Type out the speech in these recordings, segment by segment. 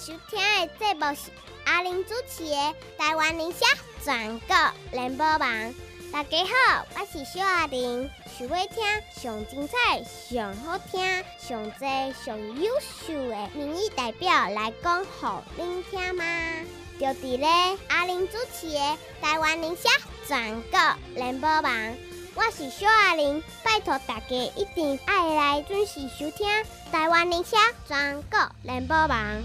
收听的节目是阿玲主持的台湾理社全国联播网。大家好，我是小阿玲，想要听上精彩、上好听、上多、上优秀的民意代表来讲予您听吗？就伫咧阿玲主持的台湾理社全国联播网。我是小阿玲，拜托大家一定要来准时收听台湾理社全国联播网。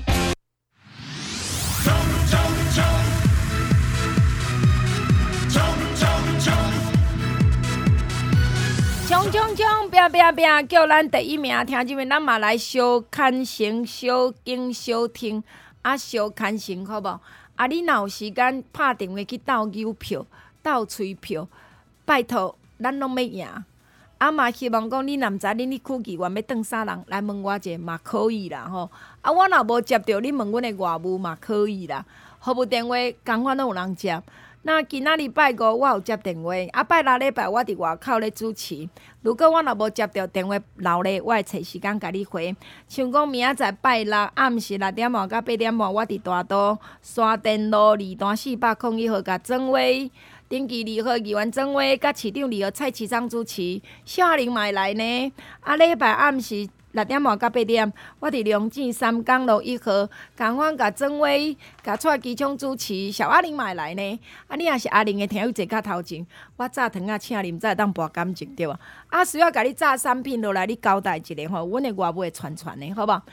冲！拼！叫咱第一名，听这边咱嘛来小看成、小景、小听，小看成好无？你若有时间拍电话去斗邮票、斗催票，拜托。咱拢要赢，嘛希望讲你若毋知恁去议员要转啥人来问我一下嘛可以啦吼。我若无接到你问阮的外务嘛可以啦。服务电话同款拢有人接。那今仔日拜五我有接电话，拜六礼拜我伫外口咧主持。如果我若无接到电话留咧，我会找时间甲你回。像讲明仔载拜六暗时6点半到8点半，我伫大都山电路2段401号甲庄话。登记2号议员庄话，甲市长2号蔡市长主持，小阿玲嘛会来呢。礼拜暗时6点半到8点，我伫龙井3港路1号，同款甲庄话，甲蔡机枪主持，小阿玲嘛会来呢。你若是阿玲的听友坐较头前，我炸糖请啉，才会当博感情对吧？需要甲你炸产品落来，你交代一下吼，阮的外务会传的，好无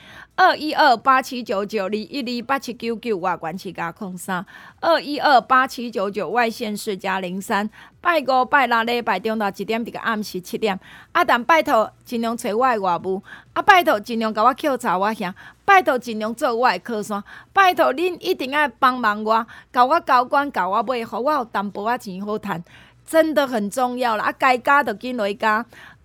？212879921287799外关市加03，2128799外县市加03。拜五、拜六礼拜中昼1点，伫个暗时7点。但拜托尽量找我的外务，拜托尽量甲我扣查我兄，拜托尽量做我的靠山，拜托恁一定要帮忙我，甲我交管，甲我买，互我有淡薄仔钱好趁，真的很重要啦！该加就紧来加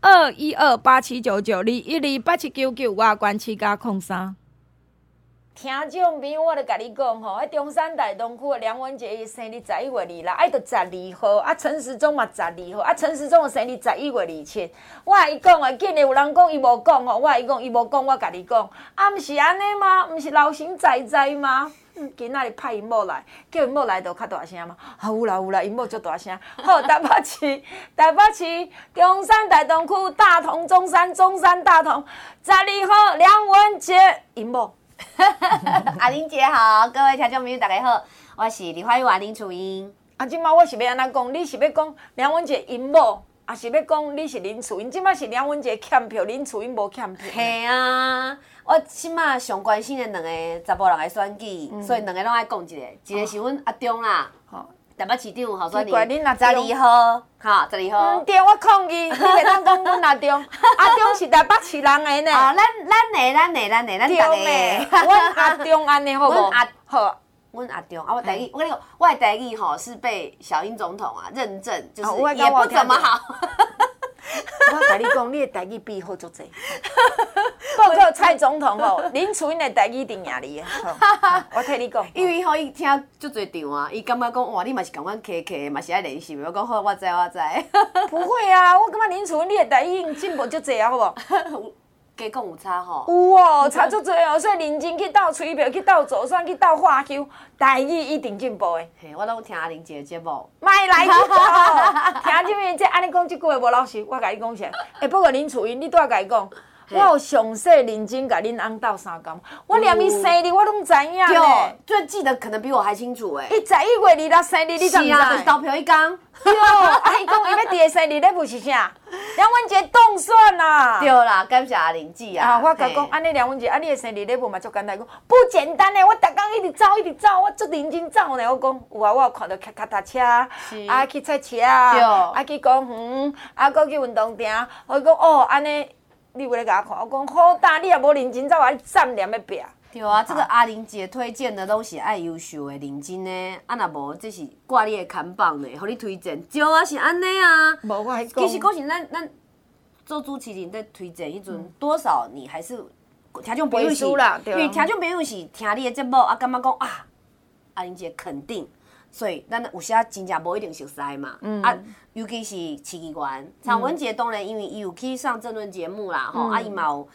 ，212879921287799外关市加03。听众朋友，我著甲你讲吼，中山大东区的梁文杰伊生日11月26，就12号，陈时中嘛12号，陈时中的生日11月27。我甲伊讲啊，竟然有人讲伊无讲吼，我甲伊讲伊无讲，我甲你讲，毋是安尼吗？毋是老神在在吗？今仔日派因某来，叫因某来就较大声嘛。有啦，因某足大声。好，台北市中山大东区大同中山大同12号梁文杰因某。 阿玲姐好，各位听众朋友大家好，我是立法院林楚英。 即摆我是要安怎讲？你是要讲梁文杰因某，还是要讲你是林楚英？即摆是梁文杰欠票，林楚英无欠票。 嘿啊，我即摆上关心的2个查甫人的选举，所以2个拢爱讲一个，一个是阮阿中啦。台北市长候选人12号，12号。 对，我抗议，你袂当讲阮阿中，阿中是台北市人的呢。 咱大家。 阮阿中安尼好无？好。 阮阿中我台语，我跟你讲，我的台语是被小英总统认证，就是也不怎么好。 我甲你讲，你的台语比好足济。报告蔡总统林楚英的台语定赢你。我替你讲， 因为伊听足侪场啊，伊感觉讲哇，你嘛是共阮客的，嘛是爱练习。我讲好，我知。 不会啊，我感觉林楚英你的台语进步足济啊，好无？ 加讲有差吼。 有哦，差足济哦，所以认真去斗催票，去斗做选，去斗画球，台语一定进步的。 嘿，我拢听阿玲姐的节目。 莫来去听这边这安尼讲这句话无老实，我甲你讲啥？不过林楚英，你拄仔甲伊讲。我有详细认真甲恁翁斗3工，我连伊生日我拢知影咧。 对，记得可能比我还清楚伊11月26生日，你知唔知？ 是啊，就是投票一天。 对，伊讲伊要伫个生日礼物是啥？梁文杰当选啦。 对啦，感谢阿玲姐啊。 我甲讲，安尼梁文杰，你的生日礼物嘛足简单，讲不简单诶，我逐工一直走，我足认真走呢。我讲有啊，我有看到脚踏车，去菜市啊，去公园，搁去运动场。我讲安尼。你有咧甲我看，我讲好大，你也无认真走，我赞念要拼。 对啊，这个阿玲姐推荐的拢是爱优秀的、认真的，若无这是挂你的看板的，互你推荐。对啊，是安尼啊。 无我还讲。 其实讲是咱做主持人在推荐迄阵，多少你还是听众朋友是，因为听众朋友是听你的节目感觉讲阿玲姐肯定。所以咱有时真正无一定熟悉嘛，尤其是市议员曹文杰，当然因为伊有去上政论节目啦，伊嘛有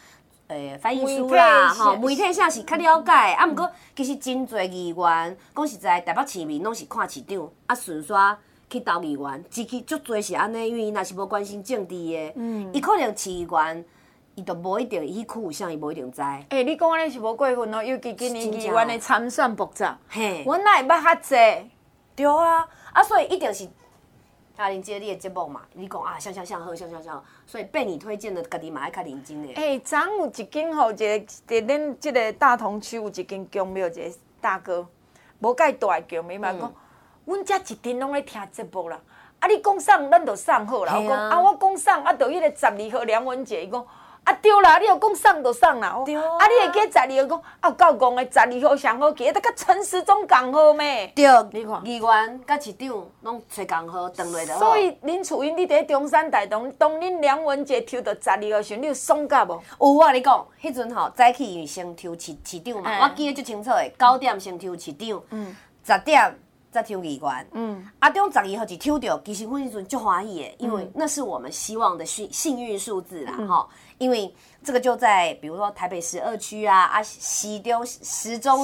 翻译书啦，媒体啥是较了解，啊，毋过其实真侪议员，讲实在，台北市民拢是看市长，啊，顺刷去投议员，其实足侪是安尼，因为伊若是无关心政治的，伊可能市议员，伊就无一定，伊区有啥，伊无一定知。 你讲安尼是无过分哦，尤其今年议员的参选复杂， 嘿， 阮哪会捌遐济？ 对啊，啊，所以一定是。阿玲姐，你的节目嘛，你讲啊，向好，所以被你推荐的，家己嘛爱较认真的。 昨有一间吼，一个恁即个大同区有一间宫庙，一个大哥，无介大的宫庙嘛，讲，阮遮一天拢咧听节目啦。啊，你讲送，咱就送好啦。我讲啊，我讲送，啊，就迄个12号梁文杰，伊讲。啊对啦，你要讲送就送啦。 对啊， 你会记12号讲啊，够讲的12号上好记，得甲陈时中共好咩？ 对， 你看， 议员甲市长拢找共好，转落就好。 所以林楚英，你伫中山大同，当恁梁文杰抽到12号时，你有爽甲无？ 有我跟你讲，迄阵吼早起因为先抽市长嘛，我记得足清楚的，9点先抽市长，10点再抽议员，中12号是抽到，其实阮迄阵足欢喜的，因为那是我们希望的幸运数字啦，吼。因为这个就在比如说台北12区啊，时中、西京，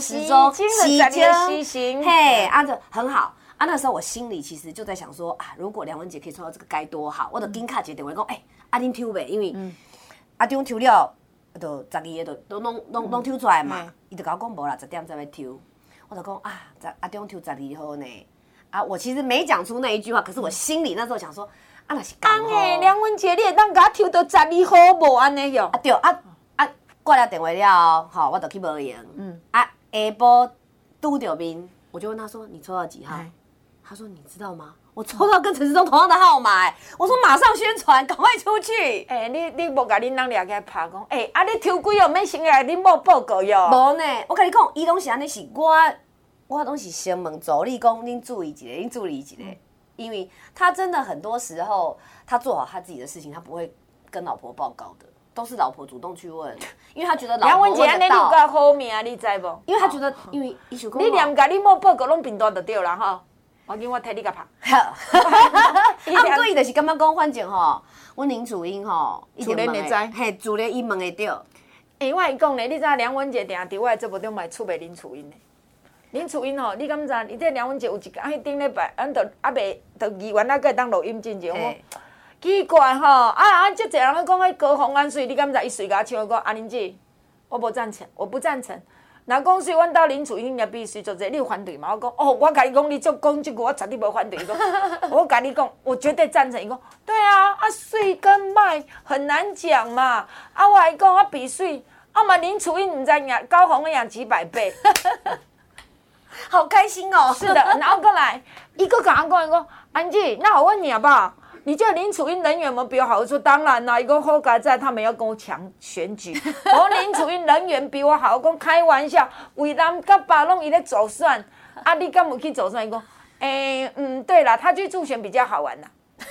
嘿，就很好。那时候我心里其实就在想说啊，如果梁文杰可以抽到这个该多好！我就紧卡一个电话讲，恁抽呗，因为中抽了，就12个都拢抽出来嘛。伊就甲我讲无啦，10点再来抽。我就讲啊，中抽12号呢。我其实没讲出那一句话，可是我心里那时候想说。那是刚好。 梁文杰，你会当甲我抽到12号无安尼哟？ 对挂了电话了，好，我就去无闲。下晡拄着面，我就问他说：“你抽到几号？”他说：“你知道吗？我抽到跟陈时中同样的号码。”我说：“马上宣传，赶快出去。” 你无甲恁人掠起来拍讲，你抽几号？免先来恁某报告哟。 无呢，我跟你讲，伊拢是安尼，是我拢是先问助理讲，恁注意一下，恁注意一下。因为他真的很多时候，他做好他自己的事情，他不会跟老婆报告的，都是老婆主动去问，因为他觉得老婆问得到。梁文杰，你有够好命，你知无？ 因为他觉得，因为伊想讲， 你连甲你某报告拢平淡就对啦吼。我今我替你甲拍。 不过伊就是感觉讲，反正吼，阮林楚英吼， 自然会知， 嘿，自然伊问会到。 我会讲咧，你知梁文杰定伫我的节目中嘛出卖林楚英咧。林楚英吼，你敢知？伊这梁文杰有一个，顶礼拜，咱就未，就议员会当录音进前，我奇怪吼，足侪人讲迄高虹安水，你敢知？伊随甲唱讲，林姐，我无赞成，我不赞成。若讲水，阮兜林楚英也比水做者，你有反对吗？我讲，我甲你讲，你就讲这句，我绝对无反对。我甲你讲，我绝对赞成。伊讲，对啊，水跟歹很难讲嘛。我还讲，比水，嘛林楚英唔知赢高虹赢几百倍。 好开心哦！ 是的，然后过来，伊个甲我讲，安姐，那我问你好不好？你觉得林楚英人缘有没有比我好？我说当然啦，伊讲好佳在，他们要跟我抢选举。我说林楚英人缘比我好，我讲开玩笑，为南甲北拢伊咧走算，你敢有去走算？伊讲，对啦，他去助选比较好玩啦。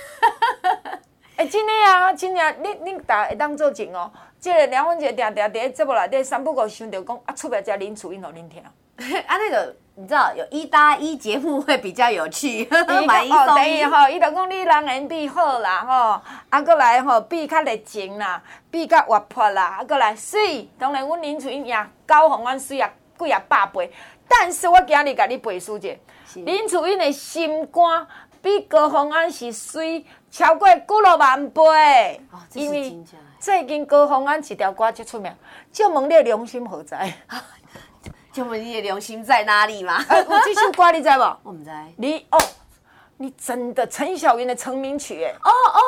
真的啊，真的，你大会当做证哦。这个梁文杰定伫节目内底三不五想着讲，出来只林楚英互恁听。 那个你知道有1搭1节目会比较有趣，买1送1。 伊就讲你人缘比好啦，过来比较热情啦，比较活泼啦，过来水。当然，阮林楚英赢高虹安水啊，几啊百倍。但是我今日甲你背书者，林楚英的心肝比高虹安是水超过几落万倍。 因为最近高虹安一条歌最出名，就问你的良心何在？ 就问你的良心在哪里嘛？ 有这首歌你知无？ 我唔知。 你真的陈小云的成名曲哎！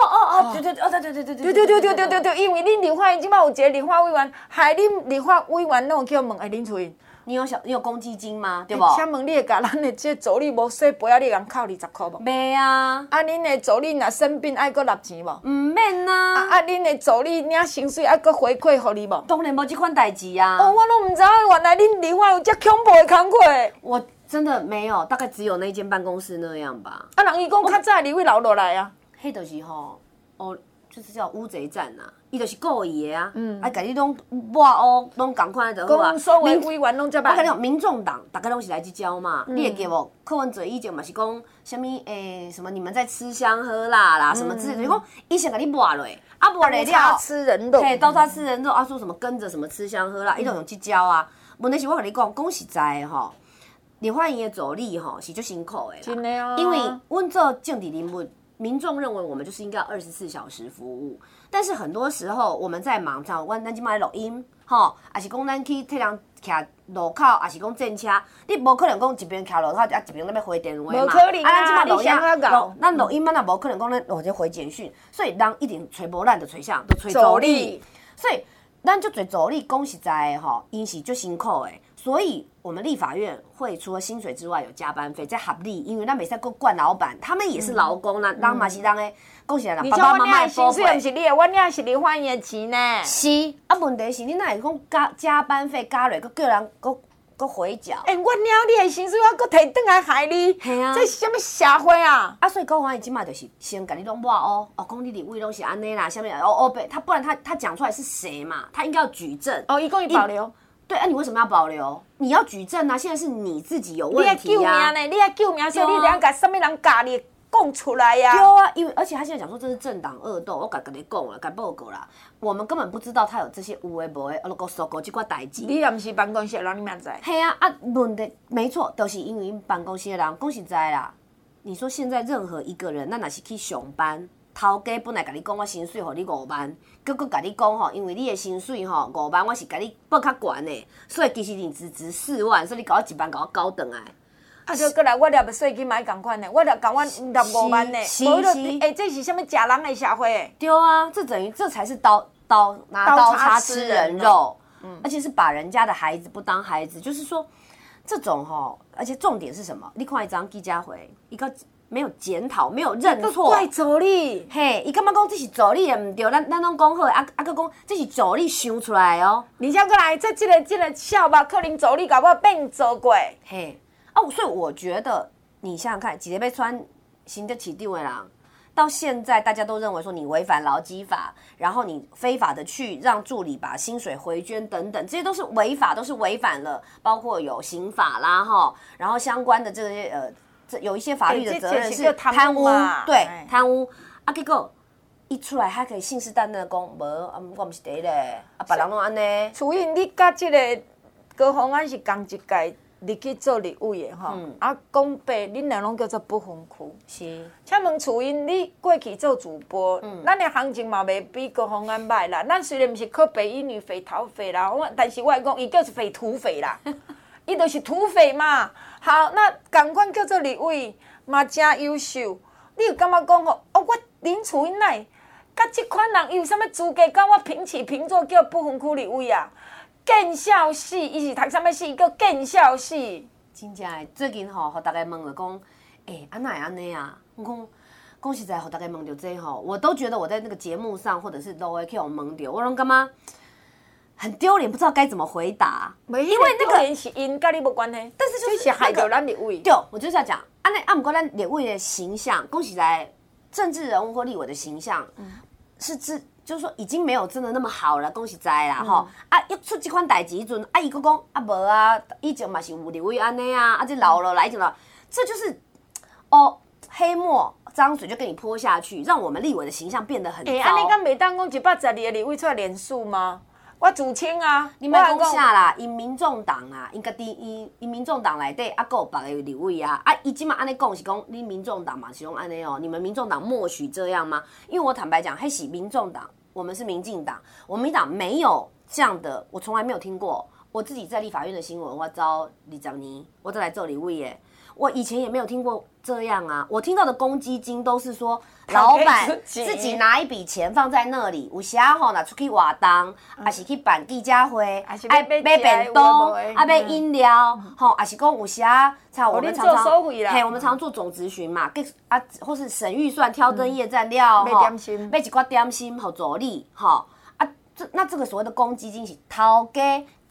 对，因为恁立法院即摆有一个立法委员，害恁立法委员拢叫问林楚英， 你有公积金吗？对不？ 请问你会甲咱的这助理无洗杯你人扣20块无？ 袂啊！ 恁的助理若生病爱搁纳钱无？ 唔免啊！ 恁的助理领薪水爱搁回馈互你无？ 当然无这款代志啊！ 我拢唔知原来恁立法有这恐怖的工课。 我真的没有，大概只有那间办公室那样吧。 人伊讲较早立委留落来啊。 迄就是吼， 就是叫乌贼战呐，伊就是故意的啊，甲你拢抹黑，拢共款就好啊。 所有委员拢这办。 我跟你讲，民众党大概拢是来这招嘛，你会记无？柯文哲以前嘛是讲什么什么你们在吃香喝辣啦，什么之类的，就讲伊先甲你抹落，抹了了， 吃人肉， 嘿，刀叉吃人肉，说什么跟着什么吃香喝辣，伊都用这招啊。问题是我跟你讲实在的吼，立法院的助理吼是最辛苦的啦， 真的啊， 因为阮做政治人物。民众认为我们就是应该24小时服务，但是很多时候我们在忙，像咱今麦录音，吼，还是讲咱去替人徛路口，还是讲正车，你无可能讲一边徛路口，一边在要回电话嘛。 无可能啊，你想啊搞， 咱录音咱也无可能讲咱或者回简讯，所以人一定找无咱就找啥，就找助理。所以咱就做助理，讲实在的吼，因是最辛苦的。所以，我们立法院会除了薪水之外有加班费，在合理，因为咱袂使够惯老板，他们也是劳工啦，人嘛是人的，恭喜人爸爸妈妈的薪水， 不是你的，我领是立法院的钱呢。 是啊，问题是你哪会讲加班费加落，佮叫人佮回缴？ 我领你的薪水，我佮摕转来害你， 系啊， 这是什么社会啊？ 所以高虹安今麦就是先甲你拢抹黑，讲你立委拢是安尼啦，下面被他不然他讲出来是谁嘛？他应该要举证。 伊讲伊保留。 对啊，你为什么要保留？你要举证啊！现在是你自己有问题啊！ 你要救命呢？你要救命，所以你两个什么人教你讲出来呀？ 对啊，因为而且他现在讲说这是政党恶斗，我跟你讲了，跟报告啦，我们根本不知道他有这些有的无的，都收过这挂代志。 你也不是办公室的人，你哪知？ 嘿啊，问题没错，都是因为办公室的人。讲实在啦，你说现在任何一个人，那是去上班。头家本来甲你讲，我薪水互你5万，结果甲你讲吼，因为你的薪水吼5万，我是甲你报较悬的，所以其实你只值4万，所以你搞我1万，搞我高等来。 就过来，我了税金嘛共款的，我了共我5万呢，无这是什么假人的社会？ 对啊，这等于这才是拿刀叉吃人肉，而且是把人家的孩子不当孩子，就是说这种吼，而且重点是什么？你看一张记者会，一个。没有检讨，没有认错， 怪助理。 嘿，伊干嘛讲这是助理的唔对？咱拢讲好，佮讲这是助理想出来哦。 而且过来，这个笑吧，可能助理搞不好变做过。 嘿，所以我觉得你想想看，一个要穿新的市长的人，到现在大家都认为说你违反劳基法，然后你非法的去让助理把薪水回捐等等，这些都是违法，都是违反了，包括有刑法啦哈，然后相关的这些有一些法律的责任是贪污，对贪污结果一出来还可以信誓旦旦的讲，无我不是第一个，别人拢安尼。 楚英，你甲这个高虹安是同一届入去做立委的吼，讲白，恁两拢叫做不分区。 是。 请问楚英，你过去做主播，咱的行情嘛袂比高虹安歹啦。咱虽然毋是靠北一女肥桃肥啦，但是我会讲，伊叫是肥土肥啦。伊就是土匪嘛，好，那同款叫做立委嘛真优秀，你有感觉讲吼？我林楚英奈，甲即款人有啥物资格甲我平起平坐叫不分区立委啊？见笑死，伊是读啥物死？伊叫见笑死。 真正诶，最近吼，互大家问了讲，安那会安尼啊？我讲实在，互大家问到这吼，我都觉得我在那个节目上或者是都会去互问到，我拢感觉。很丢脸，不知道该怎么回答。 因为那个是因跟你无关系， 但是就是害到咱立委。 对，我就是要讲，不过咱立委的形象，讲实在，政治人物或立委的形象，就是说已经没有真的那么好了，讲实在啦吼。一出这款代志，伊阵伊佫讲无啊，以前嘛是有立委安尼啊，这老了来就了，这就是黑墨脏水就给你泼下去，让我们立委的形象变得很糟。 安尼敢袂当讲112个立委出来连署吗？我自清啊， 你莫讲啥啦，因民众党啊，因家己因民众党内底还佫有别个立委啊，伊即马安尼讲是讲你民众党嘛是讲安尼哦，你们民众党默许这样吗？因为我坦白讲，迄是民众党，我们是民进党，我们民党没有这样的，我从来没有听过。我自己在立法院的新闻，我招20年，我再来做立委耶。我以前也没有听过这样啊！我听到的公积金都是说，老板自己拿一笔钱放在那里，有时候拿出去活动，还是去办记者会，爱买便当，爱买饮料，还是讲有时像我们常常，我们常做总咨询嘛，或是省预算挑灯夜战料，买一挂点心，助理，那这个所谓的公积金是头家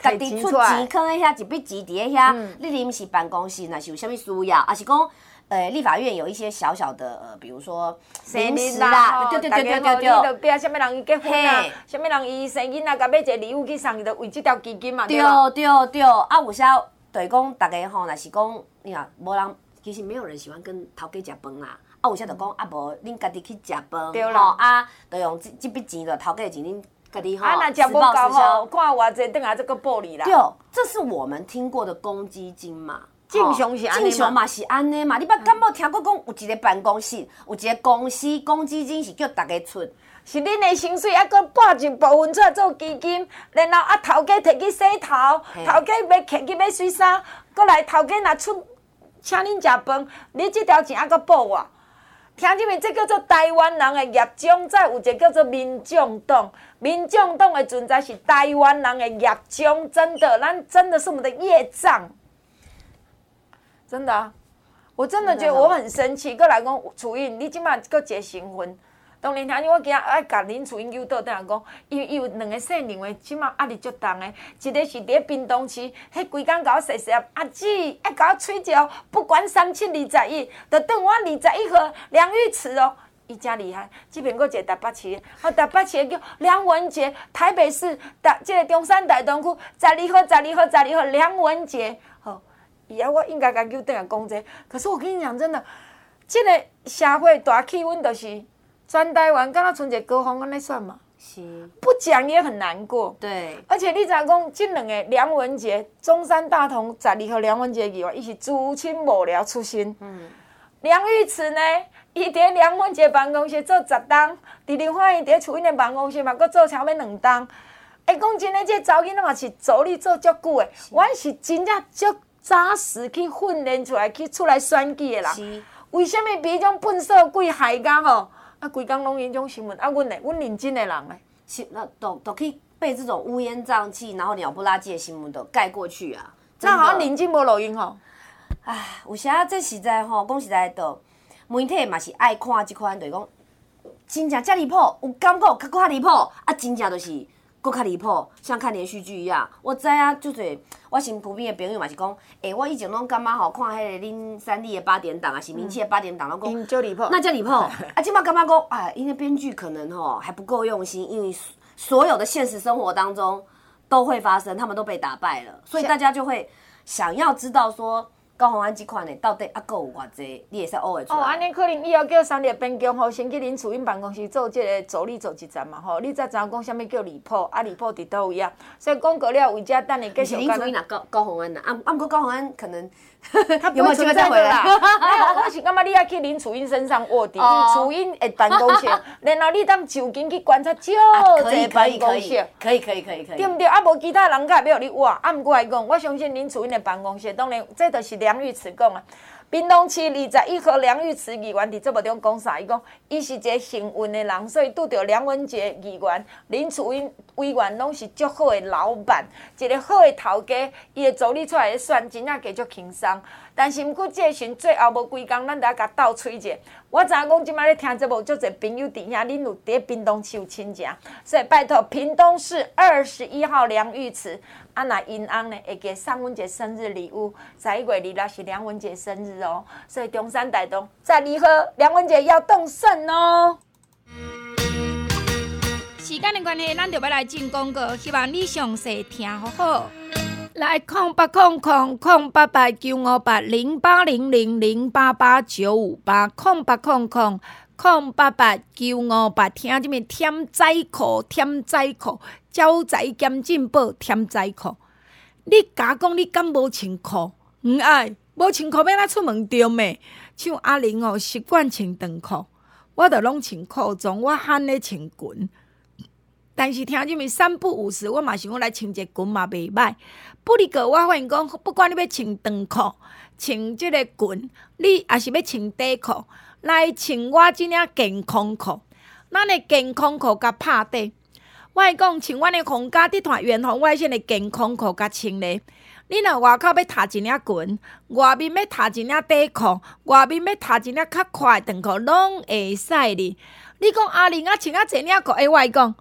家己出钱囥喺遐一笔钱伫遐，你临时办公室若是有啥物需要，还是讲立法院有一些小小的比如说临时啦，对， 你就逼啥物人伊结婚啊，啥物人伊生囡仔，甲买一个礼物去送，就为即条基金嘛，对吧？ 对，啊，有啥就是讲大家吼，若是讲你若无人，其实没有人喜欢跟头家食饭啦。啊，有啥就讲啊，无恁家己去食饭，吼啊，就用这笔钱就头家的钱恁家己吼。 啊，若食无够吼，看偌济，等下再个补你啦。 对，这是我们听过的公积金嘛。 正常是安尼嘛， 正常嘛是安尼嘛。你捌敢无听过讲有一个办公室，有一个公司公积金是叫大家出， 是恁的薪水还佫拨一部分出来做基金，然后啊头家摕去洗头，头家要摕去买水衫，佫来头家若出请恁食饭，你这条钱还佫补我。听这边，这叫做台湾人的业种，再有一个叫做民众党。民众党的存在是台湾人的业种，真的，咱真的是我们的业障。真的啊，我真的觉得我很生气。过来讲，楚英，你即摆佫一个新婚，当然听见我今仔爱甲恁楚英诱导，等下讲，伊有两个姓梁的，即摆压力足重的，一个是伫屏东市，迄规工甲我说阿姊爱甲我吹一个，不管3721，就等我21号梁玉慈哦。伊真厉害，这边佫一个台北市的，台北市的叫梁文杰，台北市这个中山大东区12号梁文杰，好。以后我应该甲叫倒来讲这，可是我跟你讲，真的，这个社会大气温就是全台湾，敢若剩一个高虹安尼算嘛？ 是。 不讲也很难过。 对。 而且你知影讲，这两个梁文杰，中山大同12号梁文杰议员，伊是资深幕僚出身。梁玉慈呢，伊伫梁文杰办公室做10档，伫林焕英伫楚英的办公室嘛，佫做超要2档。讲真诶，这查某囡仔嘛是助理做足久诶，阮是真正足。扎实去训练出来，去出来选举的人，为什么比迄种笨色鬼害家吼？啊，规工拢因种新闻，啊，阮认真的人诶， 是那都可以被这种乌烟瘴气，然后鸟不拉几的新闻都盖过去啊。 那好像认真无录音吼。 唉，有时啊，这实在吼，讲实在的，媒体嘛是爱看即款，就是讲真正遮离谱，有感觉较离谱，啊，真正就是。佫较离谱，像看连续剧一样。我知啊，就是我身旁边的朋友嘛是讲，我以前拢感觉吼，看迄个恁三立的8点档啊，是明星的8点档，拢讲因就离谱， 那叫离谱。啊，现在感觉讲，哎，因为编剧可能吼还不够用心，因为所有的现实生活当中都会发生，他们都被打败了，所以大家就会想要知道说。高虹安这款的到底还佫有偌济，你会使学会出来。 安尼可能以后叫三立编剧吼，先去恁厝因办公室做这个助理做一站嘛吼，你才知影讲啥物叫离谱，啊离谱伫倒位啊。所以讲过了，为遮等你继续。 恁厝因高虹安呐，毋过高虹安可能他不会存在的啦。我是感觉你要去恁厝因身上卧底，因厝因的办公室，然后你当就近去观察少一办公室。 可以。 对毋对？啊，无其他人甲要你挖，啊，毋过来讲，我相信恁厝因的办公室，当然这就是梁玉慈讲啊。屏东市21号梁玉慈议员伫节目中讲啥？伊讲，伊是一个幸运的人，所以拄着梁文杰议员、林楚英委员拢是足好的老板，一个好的头家，伊会助理出来的选，真正加足轻松。但是毋过这个时最后无几工，咱就要甲斗吹者。我知影讲即摆咧听节目，足侪朋友伫遐，恁有伫屏东市有亲戚，所以拜托屏东市21号梁玉慈。啊，那因翁呢会给送阮一个生日礼物，11月26是梁文杰生日哦，所以中山大东12号梁文杰要动身哦。时间的关系，咱就要来进广告，希望你详细听好好。来0800-088-958-088958-0800-088-958，听这边添仔裤，招财兼进宝添仔裤。你甲讲你敢无穿裤？毋爱，无穿裤要哪出门对咩？像阿玲哦，习惯穿长裤，我着拢穿裤装，我罕咧穿裙。但是听这边3不5时，我嘛想要来穿一个裙嘛袂歹。不离个，我发现讲，不管你要穿长裤、穿即个裙，你也是要穿短裤，来穿我即领健康裤。咱的健康裤甲拍底，我会讲穿阮的皇家地团远红外线的健康裤甲穿咧。你若外口要踏一领裙，外面要踏一领短裤，外面要踏一领较宽的长裤，拢会使哩。你讲阿玲啊穿啊侪领裤，我会讲。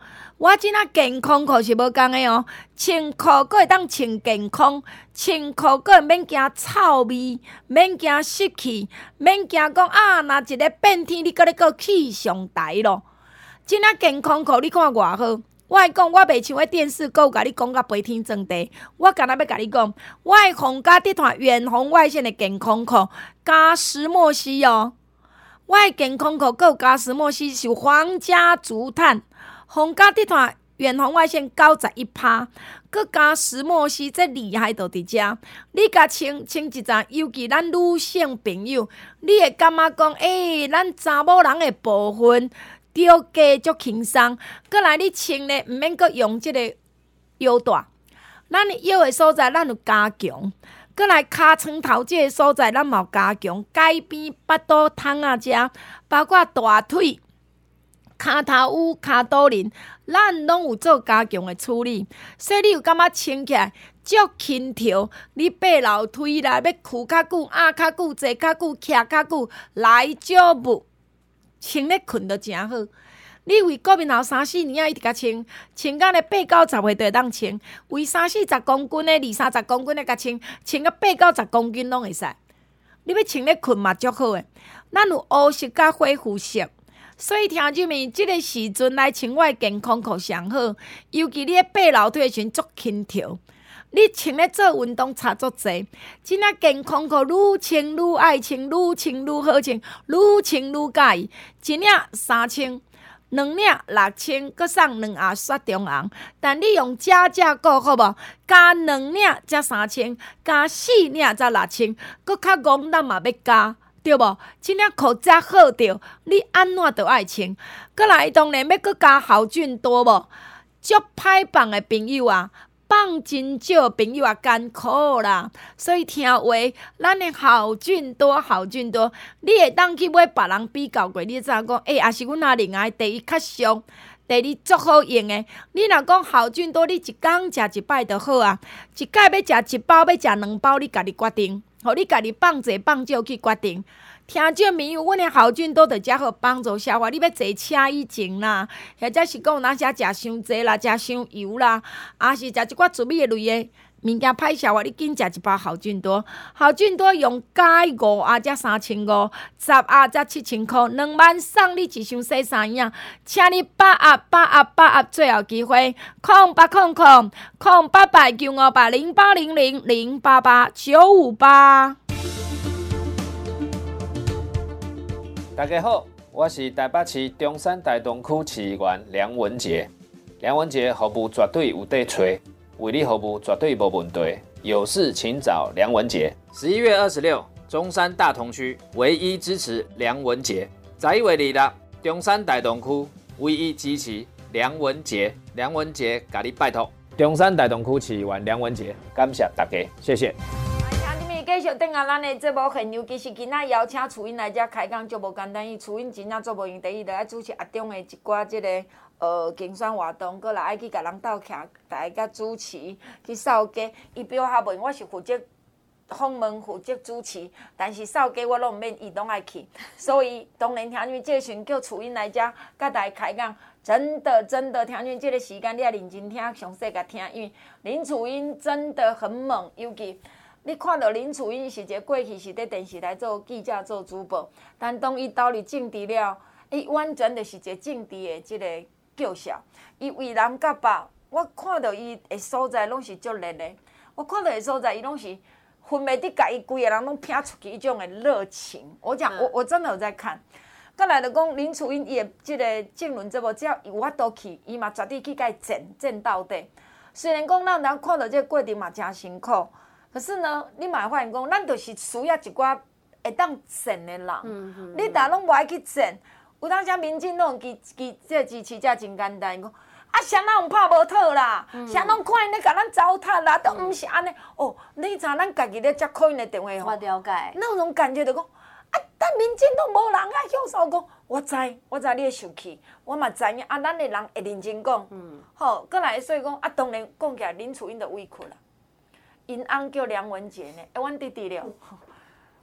我即仔健康裤是无共的哦，穿裤佫会当穿健康，穿裤佫会免惊臭味，免惊湿气，免惊讲若一个变天，你佫咧佫气上台咯。即仔健康裤你看偌好，我会讲，我袂像迄电视佫有甲你讲甲飞天转地，我干那要甲你讲，我的皇家集团远红外线的健康裤加石墨烯哦。我的健康裤佫有加石墨烯，是皇家竹炭，皇家集团远红外线91%，佫加石墨烯，这厉害就伫遮。你甲穿一阵，尤其咱女性朋友，你会感觉讲，咱查某人的部分着加足轻松。佫来你穿咧，毋免佫用即个腰带，咱腰的所在咱有加强。佫来尻川头即个所在，咱嘛有加强，改边巴肚桶啊遮，包括大腿、骹头有骹肚仁，咱拢有做加强的处理，所以你有感觉穿起来足轻佻。你爬楼梯啦，要屈较久、压较久、坐较久、徛较久，来少物，穿咧困就诚好。你为国民后3-4年一直甲穿到咧8、9、10岁都会当穿；为30、10公斤的、20、30公斤的甲穿到8、9、10公斤拢会使。你要穿咧困嘛足好诶。咱有乌色甲火肤色，所以听众们，即个时阵来穿我的健康裤上好。尤其你咧爬楼梯的时阵足轻佻，你穿咧做运动差足济。即仔健康裤愈穿愈爱穿，愈穿愈好穿，愈穿愈介意。一领3000。2领6000，佮送2盒雪中红。但你用加价购好无？加2领才3000，加4领才6000，佮较戆咱嘛要加，对无？即领裤才好着，你安怎都爱穿。佮来当然要佮加孝俊多无？足歹放的朋友啊！放真少朋友也艰苦啦，所以听话，咱的孝俊多，你会当去买别人比较过，你知影讲，也是阮阿玲啊，第一较俗，第二足好用的。你若讲孝俊多，你一工食一摆就好啊，一摆要食1包，要食2包，你家己决定，互你家己放济放少去决定。听众朋友，阮的孝俊多就遮好帮助消化。你要坐车以前啦，或者是讲若食伤济啦，食伤油啦，还是食一寡滋味的类的物件歹消化，你紧食一包孝俊多。孝俊多用加5盒才3500，10盒才7000块，2万送你一箱洗衫影，请你把握最后机会0800-958-0800-0888-958。 大家好，我是台北市中山大同区市议员梁文杰。梁文杰服务绝对有得找，为你服务绝对无问题。有事请找梁文杰。11月26，中山大同区唯一支持梁文杰。11月26，中山大同区唯一支持梁文杰。梁文杰，甲你拜托。中山大同区市议员梁文杰，感谢大家，谢谢。 继续等下咱的节目现场，其实今仔邀请楚英来遮开讲就无简单，伊楚英真正做无用，第一就爱主持阿中的一寡即个竞选活动，搁来爱去甲人斗徛，大家主持去扫街。伊比我较无用，我是负责访问、负责主持，但是扫街我拢毋免，伊拢爱去。所以当然听见这时叫楚英来遮，甲大家开讲。真的，听见这个时间你要认真听，详细甲听，因为林楚英真的很猛，尤其。你看到林楚英是一个过去是伫电视台做记者、做主播，但当伊投入政治了，伊完全就是一个政治的即个叫嚣。伊为人甲百，我看到伊的所在拢是足热的。我看到的所在，伊拢是分袂伫，甲伊规个人拢拼出去一种的热情。我真的有在看。再来就讲林楚英伊的即个政论节目，只要有法度去，伊嘛绝对去甲伊战到底。虽然讲咱人看到这个过程嘛真辛苦。可是呢，你嘛会发现讲，咱就是需要一寡会当战的人。你逐拢无爱去战，有当时民进党这支持者真简单，讲谁人拍无讨啦，谁人看因咧甲咱糟蹋啦，都毋是安尼。哦，你知咱家己咧接靠因的电话吼， 我了解。 那种感觉就讲，但民进党无人啊享受讲，我知你会生气，我嘛知影。咱的人会认真讲。好，过来所以讲当然讲起来，林楚英就委屈啦。因翁叫梁文杰呢，阮弟弟了。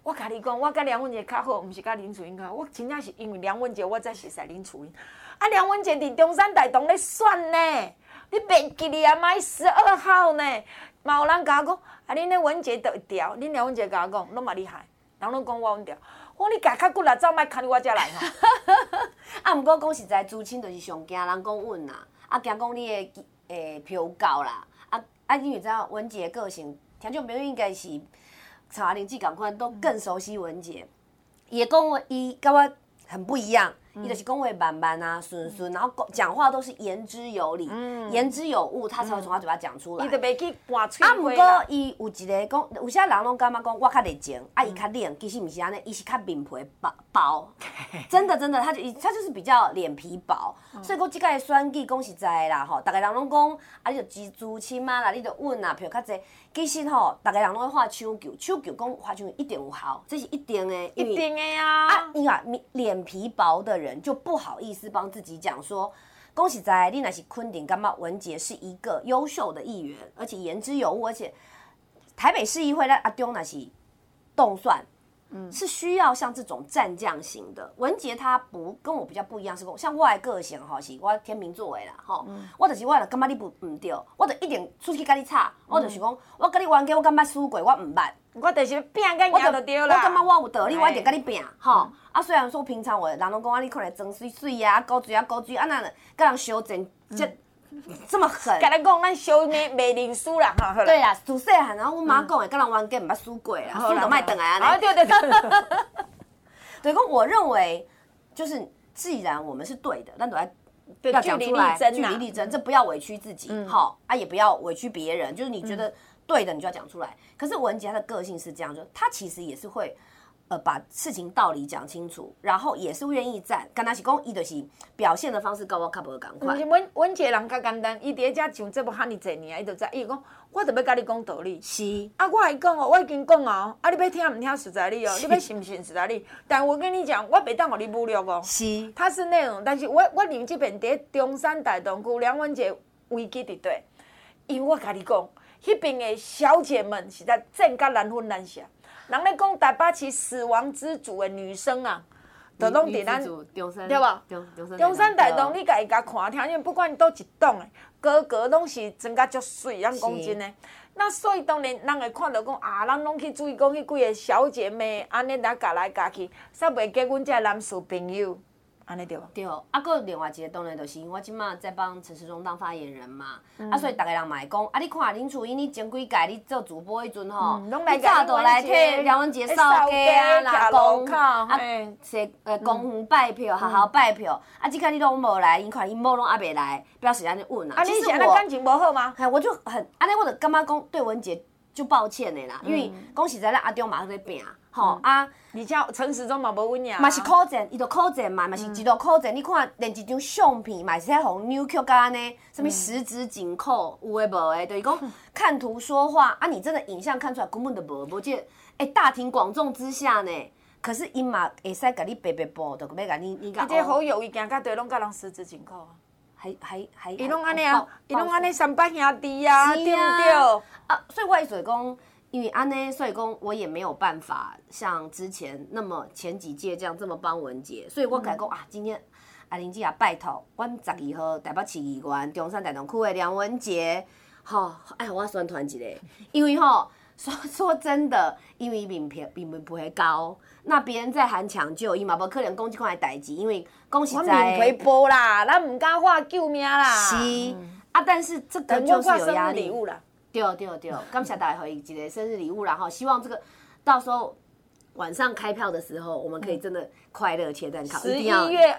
我甲你讲，我甲梁文杰较好，毋是甲林楚英较好。我真正是因为梁文杰，我才熟悉林楚英。啊，梁文杰伫中山大同咧选呢，你袂记哩啊？买12号呢，嘛有人甲我讲，啊，恁咧文杰得一条，恁梁文杰甲我讲，拢嘛厉害，人拢讲我稳调。我讲你家较骨力，早莫牵你我遮来吼。 啊，毋过讲实在，朱青就是上惊人讲稳啦，啊，惊讲你的票有够啦，因为知道文杰个性，听众朋友应该是像阿玲姐共款，都更熟悉文杰。伊讲话，伊甲我很不一样，伊就是讲话慢慢啊、顺顺，然后讲话都是言之有理、言之有物，他才会从他嘴巴讲出来。 伊就袂去搬嘴花啦。 啊，毋过伊有一个讲，有些人拢感觉讲我较热情，啊，伊较冷，其实毋是安尼，伊是较面皮薄，真的，他就是比较脸皮薄，所以讲即个选举讲实在的啦吼，大家人拢讲啊，你就资深啊啦，你就稳啊，票较济，其实吼，大家人拢会画抢救讲画抢救一定有效，这是一定的， 一定的呀。 啊，因为脸皮薄的人就不好意思帮自己讲说。恭喜在你若是肯定感觉文杰是一个优秀的议员，而且言之有物，而且台北市议会阿中若是动算，是需要像这种战将型的。文杰他不跟我比较不一样，是像我的个性吼，是我天秤座的啦吼，我就是我感觉你不对，我就一定出去跟你吵，我就是讲我跟你冤家，我感觉输过，我唔捌。 我就是拼甲赢就对啦。 我感觉我有道理，我一定跟你拼，吼。啊，虽然说平常人拢讲啊，你可能装水水啊，高水啊，那跟人相争，这么狠。 甲你讲，咱小妹袂认输啦，哈。 对啦，自细汉，然后我妈讲的，跟人冤家唔捌输过啦，输就莫转来安尼。 啊，对。 对，讲我认为，就是既然我们是对的，咱都要讲出来，据理力争，这不要委屈自己，好啊，也不要委屈别人，就是你觉得。对的，你就要讲出来。可是文杰他的个性是这样，就他其实也是会，把事情道理讲清楚，然后也是愿意站。刚才是讲，伊就是表现的方式跟我较无同款。 文杰人较简单，伊伫遮上节目遐尼济年，伊就知，伊讲我就要甲你讲道理。 是。 啊，我还讲哦，我已经讲哦，啊，你要听唔听实在理哦，你要信唔信实在理。但我跟你讲，我袂当互你侮辱哦。 是。 他是那种，但是我伫这边伫中山大同区梁文杰危机伫对，因为我甲你讲。迄边的小姐们是在正甲难分难舍，人咧讲台北市死亡之组的女生啊，都拢伫咱对吧？中山大同，你家己甲看听，因为不管倒一栋的，个拢是真甲足水，咱讲真的。那所以当然人会看到讲啊，咱拢去注意讲迄几个小姐妹安尼来夹来夹去，煞袂结阮这男士朋友。安尼对无？ 对，啊，搁另外一个当然就是我即马在帮陈时中当发言人嘛，啊，所以大家人嘛会讲，啊，你看林楚英，你前几届你做主播迄阵吼，你早就来替梁文杰扫街啊、公啊、公园拜票、学校拜票，啊，即摆你拢无来，因看因某拢还袂来，表示安尼稳啊。 啊，你是安尼感情无好吗？ 我就很安尼，我就感觉讲对文杰就抱歉的啦，因为讲实在，咱阿中嘛在拼。吼啊！ 而且陈时中嘛无稳呀， 嘛是苦战，伊就苦战嘛，嘛是一路苦战。你看连一张相片嘛是喺互扭曲甲安尼，什么十指紧扣，有诶无诶，就是讲看图说话啊！你真的影像看出来根本就无这大庭广众之下呢，可是伊嘛会使甲你白白报，就要甲你甲。 这好友伊行到对，拢甲人十指紧扣啊！ 还伊拢安尼啊，伊拢安尼三八兄弟啊，对不对？ 啊，所以我意思讲。因为安呢，所以讲我也没有办法像之前那么前几届这么帮文杰，所以我改讲啊，今天阿玲姐也拜托，阮12号台北市议员中山大同区的梁文杰，我宣传一下，因为说真的，因为面皮高，那别人在喊抢救，伊嘛无可能讲这款的代志，因为讲实在， 我面皮薄啦，咱唔敢话救命啦。 是啊，但是这个就是有压力。对，感谢大家给一个生日礼物，然后希望这个到时候晚上开票的时候，我们可以真的快乐切蛋糕。 11月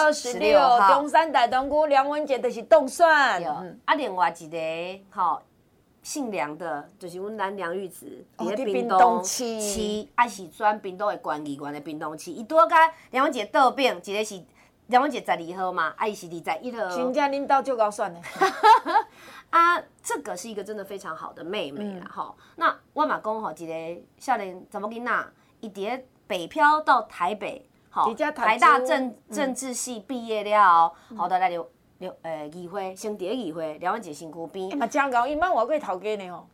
26号，中山大同区梁文杰就是动算。 另外一个姓梁的，就是阮咱梁玉慈， 伫屏东市， 是选屏东的县议员的屏东市，伊拄甲梁文杰倒并，一个是梁文杰12号嘛，伊是21号。 真正恁兜足够选的。 啊，这个是一个真的非常好的妹妹啦，那我嘛讲一个少年查某囡仔，伊伫北漂到台北，台大政治系毕业了后，来议会，先伫议会，梁文杰身躯边。 嘛真高，伊捌外过头家呢吼。 嘿，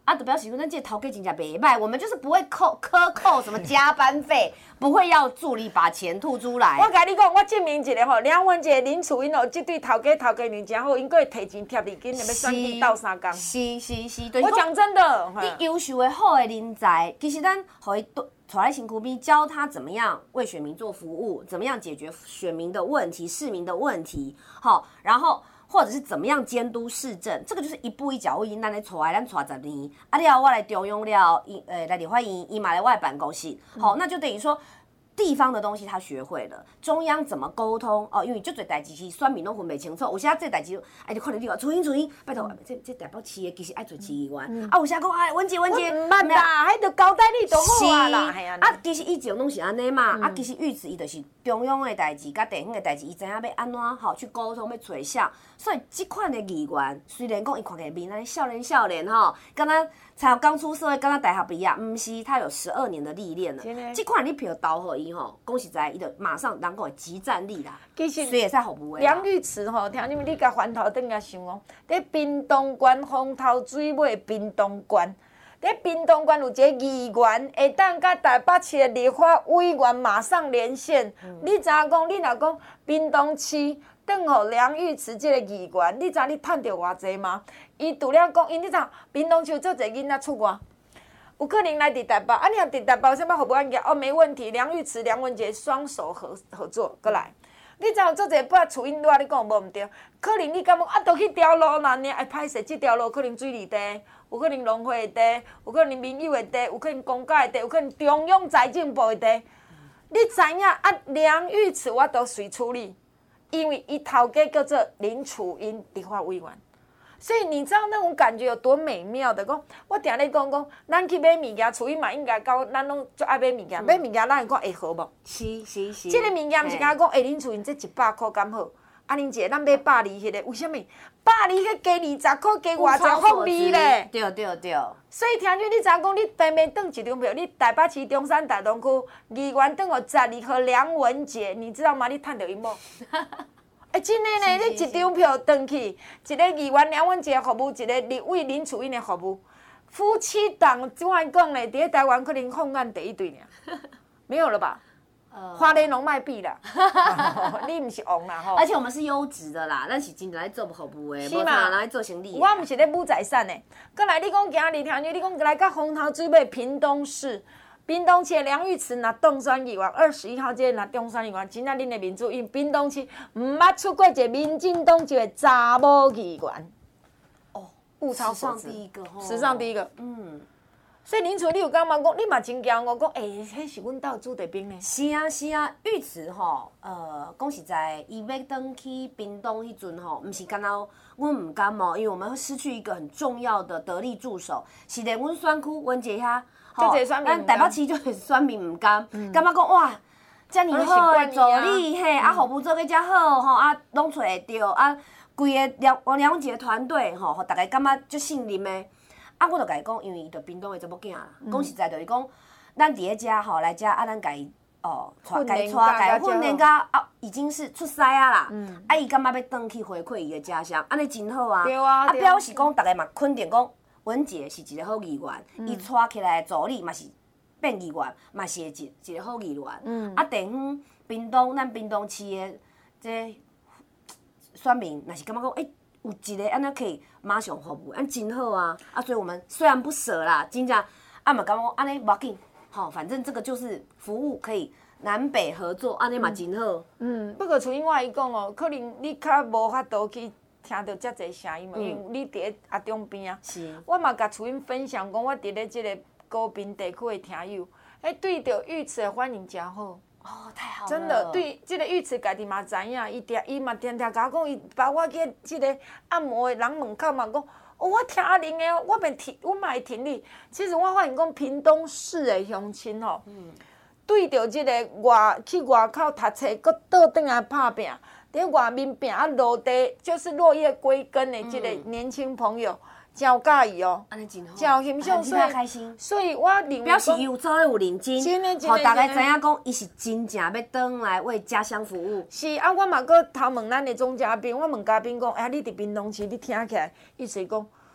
啊，就表示咱这头家真正袂歹，我们就是不会克扣什么加班费，不会要助理把钱吐出来。 我甲你讲，我证明一个吼，梁文杰、林楚英哦，这对头家娘真好，因佫会提钱贴礼金，要选你斗3工。 是， 我讲真的， 你优秀的好的人才，其实咱互伊带来身躯边，教他怎么样为选民做服务，怎么样解决选民的问题、市民的问题，好，然后。或者是怎么样监督市政，这个就是一步一脚印，咱来带咱带10年，啊了我来中央了，来立法院，伊嘛来我的办公室，好，那就等于说。地方的东西他学会了，中央怎么沟通哦？因为就做代志是选民拢分袂清楚，有时这代志就可能你话楚英，拜托，这台北市的其实爱做市议员，有时讲文杰， 毋捌啦，迄著交代你就好啊啦，系啊。 其实以前拢是安尼嘛，其实玉慈伊就是中央的代志，甲地方的代志，伊知影要安怎去沟通，要找相。所以这款的议员，虽然讲伊看起来面安尼少年敢若才刚出社会，刚刚大学毕业，唔是，他有12年的历练了。这款你票投互伊吼，讲实在，伊就马上人讲的即战力啦。 其实所以会使服务的。 梁玉慈吼，听你们你甲翻头转甲想哦，伫屏东县风头水尾屏东县，伫屏东县有一个议员会当甲台北市的立法委员马上连线。你知影讲，你若讲屏东市。等候梁玉慈这个议员，你知你趁到偌济吗？伊除了讲，因你知屏东区做一个囡仔出外，有可能来伫台北，啊，你若伫台北有啥物服务案件？哦，没问题，梁玉慈、梁文杰双手合作过来。你知有做一个把厝因我你讲无毋对，可能你感觉啊，倒去条路哪呢？哎，歹势，这条路可能水利地，有可能农会的地，有可能民有的地，有可能公家的地，有可能中央财政部的地。你知影啊？梁玉慈我都随处理。因为伊头家叫做林楚英立法委员，所以你知道那种感觉有多美妙的？讲我定咧讲，咱去买物件，楚英嘛应该教咱拢最爱买物件，买物件咱会讲会好无？ 是。 这个物件毋是敢讲，林楚英这100块敢好？啊，恁姐咱买120迄个，为什么120个加20块加偌济福利咧？ 对。 所以听说你知影讲，你平平转一张票，你台北市中山大同区议员转互12号梁文杰，你知道吗？你趁到因无？真的呢，你一张票转去，一个议员梁文杰的服务，一个立委林楚英的服务，夫妻档怎样讲呢？伫台湾可能放案第一对尔，没有了吧？花莲龙卖币啦，你唔是王啦吼。 而且我们是优质的啦，咱是真正来做服务的， 是嘛？ 来做生意。 我唔是咧补财产的。过来，你讲今日听你讲来到风头水尾屏东市。屏东市的梁玉慈拿当选议员，21号这个拿当选议员，真正恁的民主，因屏东市毋捌出过一个民进党一个查某议员， 哦， 物超所值， 史上第一个， 史上第一个，所以林楚你有感觉讲，你嘛真骄傲，讲迄是阮兜子弟兵呢。 是啊，玉慈吼，讲实在，伊要登去屏东迄阵吼，毋是干那阮毋甘哦，因为我们会失去一个很重要的得力助手，是伫阮选区文杰遐。咱台北市就选民唔甘，感觉讲哇，遮尔好诶助理嘿，服务做个遮好吼，拢找会到，规个梁文杰团队吼，互大家感觉足信任诶。我就甲伊讲，因为伊着屏东诶查某囝啦，讲实在就是讲，咱伫咧遮吼来遮，咱甲伊甲伊训练甲已经是出师啦，伊感觉要转去回馈伊诶家乡，安尼真好啊。表示讲，大家嘛肯定讲。文杰是一个好议员，伊带起来的助理嘛是变议员，嘛是一个好议员。地方屏东，咱屏东市的这选民，若是感觉讲，有一个安尼可以马上服务，真好啊！所以我们虽然不舍啦，真正嘛感觉安尼无要紧，反正这个就是服务可以南北合作，安尼嘛真好。 不过像我伊讲哦，可能你较无法度去。听到遮侪声音嘛，因为你伫咧阿中边啊，我嘛甲厝因分享讲，我伫咧即个高屏地区的听友，对着玉慈的反应真好。 太好了！ 真的，对即个玉慈家己嘛知影，伊嘛常常甲我讲，伊把我去即个按摩的人门口嘛讲，我听恁的，我嘛会听你。其实我发现讲，屏东市的乡亲吼，对着即个去外口读册，佮倒转来拍拼。在外面拼落地，就是落叶归根的这个年轻朋友，真有介意哦， 安尼真好， 真有欣赏，所以我认为表示伊有做咧有认真，互大家知影讲，伊是真正要转来为家乡服务。 是啊，我嘛搁头问咱的总嘉宾，我问嘉宾讲，你伫屏东市，你听起来，意思讲，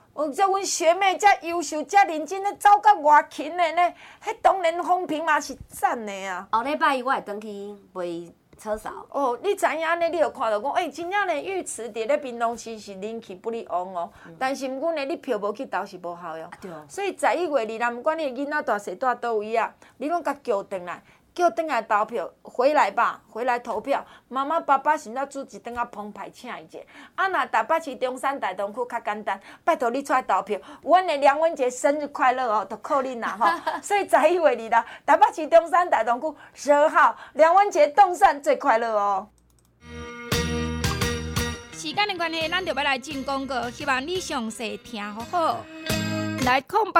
叫阮学妹遮优秀、遮认真咧，走甲外勤的呢，迄当然风评嘛是赞的啊。 后礼拜一我会转去陪车嫂。 哦，你知影呢？你就看到讲，真正呢，浴池伫咧屏东市是人气不离旺哦。但是毋过呢，你票无去投是无效的。 对。 所以11月2日，毋管你的囡仔大细住倒位啊，你拢甲叫转来。叫转来投票，回来吧，回来投票。妈妈、爸爸先来煮一顿澎湃请伊者。啊，若台北市中山大同区较简单，拜托你出来投票。阮的梁文杰生日快乐哦，就靠恁啦吼。所以11月2日，台北市中山大同区12号，梁文杰动算最快乐哦。时间的关系，咱就要来进广告，希望你详细听好好。来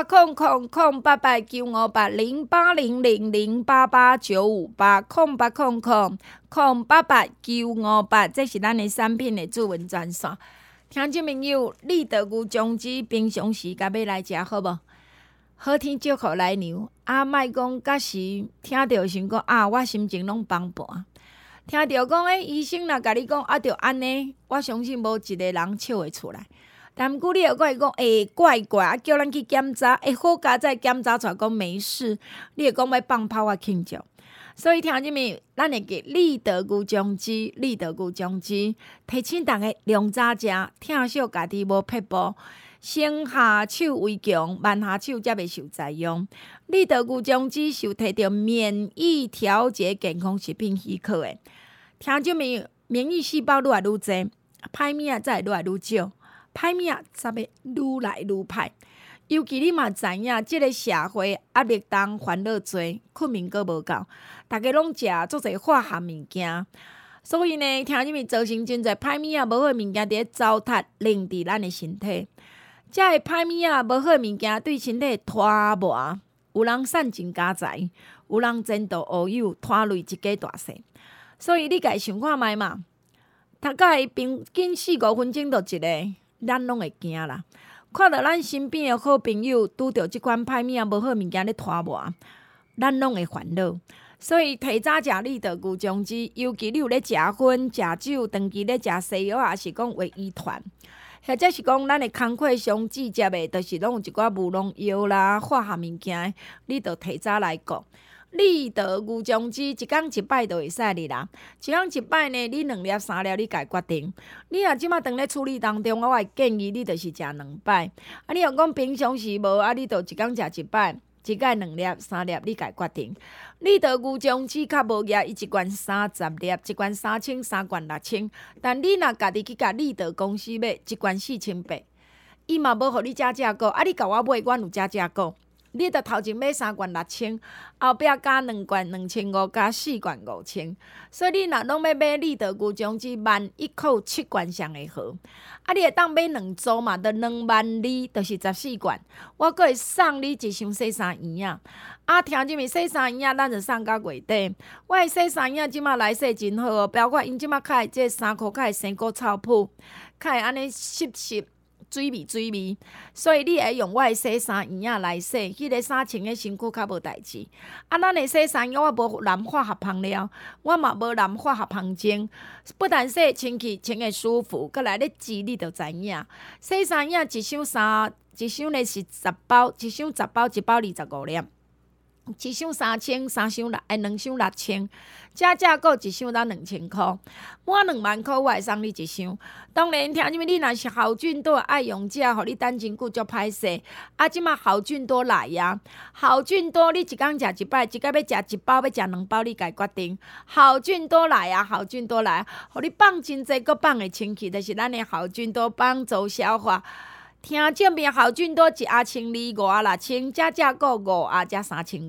0800-958-080-088-958，0800-958，这是咱的产品的主文专线。听众朋友，立德牛中脊平常时甲要来食好无？好天祝福来牛，莫讲甲时听着想讲我心情拢放盘。听着讲医生若甲你讲着安尼，我相信无一个人笑会出来。但毋过你又讲怪怪，叫咱去检查，好佳再检查出来讲没事，你会讲要放炮庆祝。所以听众们，咱会记立德牛中脊，立德牛中脊，提醒大家量早食，疼惜家己无撇步，先下手为强，慢下手才袂受灾殃。立德牛中脊受摕到免疫调节健康食品许可的，听众们，免疫细胞愈来愈侪，歹物仔才会愈来愈少。歹物仔才会愈来愈歹，尤其你嘛知影，即个社会压力重、烦恼多，困眠阁无够，大家拢食足侪化学物件，所以呢，听你们造成真侪歹物仔无好物件伫咧糟蹋，令伫咱的身体。遮个歹物仔无好物件对身体拖磨，有人散尽家财，有人前度乌有，拖累一家大小。所以你家想看觅嘛，大概平均4-5分钟就一个。咱拢会惊啦，看到咱身边的好朋友拄着即款歹物仔无好物件咧拖磨，咱拢会烦恼。所以提早食立德牛中脊，尤其你有咧食薰、食酒，长期咧食西药，也是讲为遗传，或者是讲咱的工课上直接的，就是拢有一寡无农药啦、化学物件，你着提早来顾。立德牛中脊一工一摆就会使哩啦，一工一摆呢，你2粒3粒你家决定。你若即马当咧处理当中，我会建议你就是食2摆。你若讲平常时无，你就一工食1摆，一摆2粒3粒你家决定。立德牛中脊较无额，伊一罐30粒，一罐3000，三罐6000。但你若家己去甲立德公司买一罐4800，伊嘛无互你加价购，你甲我买，阮有加价购。你着头前买3罐6000，后壁加2罐2500，加4罐5000。所以你若拢要买立德牛中脊11000扣7罐上会好。你会当买2组嘛，着22000，就是14罐。我阁会送你一箱洗衫衣啊！听即面洗衫衣啊，咱就送到月底。我的洗衫衣即马来洗真好哦，包括因即马较会这衫裤较会生果臭铺，较会安尼湿湿。水味，所以你会用我的洗衫衣仔来洗，迄个衫穿的身躯较无代志。咱的洗衫衣我无淋化学香料，我嘛无淋化学香精，不但洗穿起穿的舒服，搁来咧治你就知影。洗衫衣一箱呢是10包，一箱10包，1包25粒。一箱3000，2箱6000，加价购一箱咱2000块，满2万块我会送你一箱。当然，听你若是好菌多爱用者，互你等真久足歹势。即马好菌多来呀，好菌多你一工食1摆，一个要食1包，要食2包，你家决定。好菌多来啊，好菌多来，互你放真济，搁放会清气，就是咱的好菌多帮助消化。听证明好菌多1盒12，5盒6000，加价购5盒加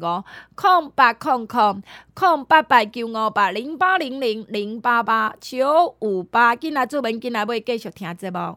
3500。0800-958-080-088-958，紧来做文，紧来买，继续听节目。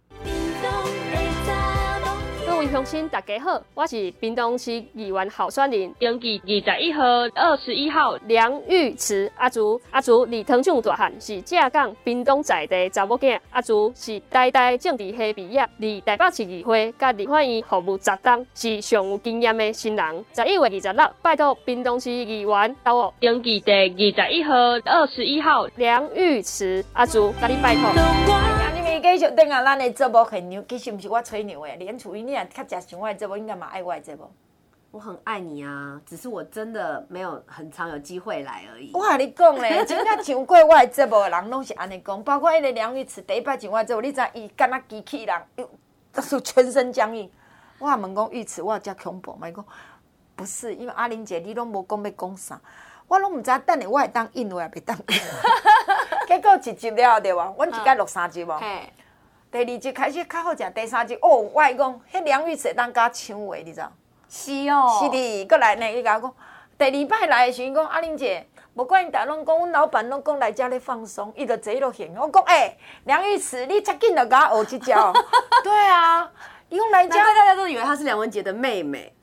各位乡亲，大家好，我是屏东市议员候选人，登记21号、21号梁玉慈阿竹，李藤trưởng大汉是正港屏东在地查某囝，阿竹是代代政治系毕业，伫台北市议会甲立法院服务10冬，是上有经验的新人。11月26，拜托屏东市议员到我登记第21号、21号梁玉慈阿竹，甲你拜托。 继续等下咱的节目很牛，其实毋是我吹牛的，连楚英你也较食像我的节目，应该嘛爱我的节目。 我很爱你啊，只是我真的没有很常有机会来而已。 我甲你讲咧，真正上过我的节目的人拢是安尼讲，包括迄个梁玉慈第一摆上我的节目，你知伊敢若机器人，就是全身僵硬。我问讲玉慈，我有遮恐怖吗？伊讲不是，因为阿玲姐你拢无讲要讲啥，我拢毋知等下我会当应话也袂当应。结果一集了对无？阮一届录3集无？第2集开始较好食，第3集哦，我会讲，迄梁玉慈会当甲唱话，你知道？ 是哦， 是的，过来呢，伊甲我讲，第2摆来的时阵讲，阿玲姐，无管因逐拢讲，阮老板拢讲来遮咧放松，伊就坐迄落现。我讲，梁玉慈，你遮紧就甲我学即招。对啊，伊讲来遮， 难怪大家都以为她是梁文杰的妹妹。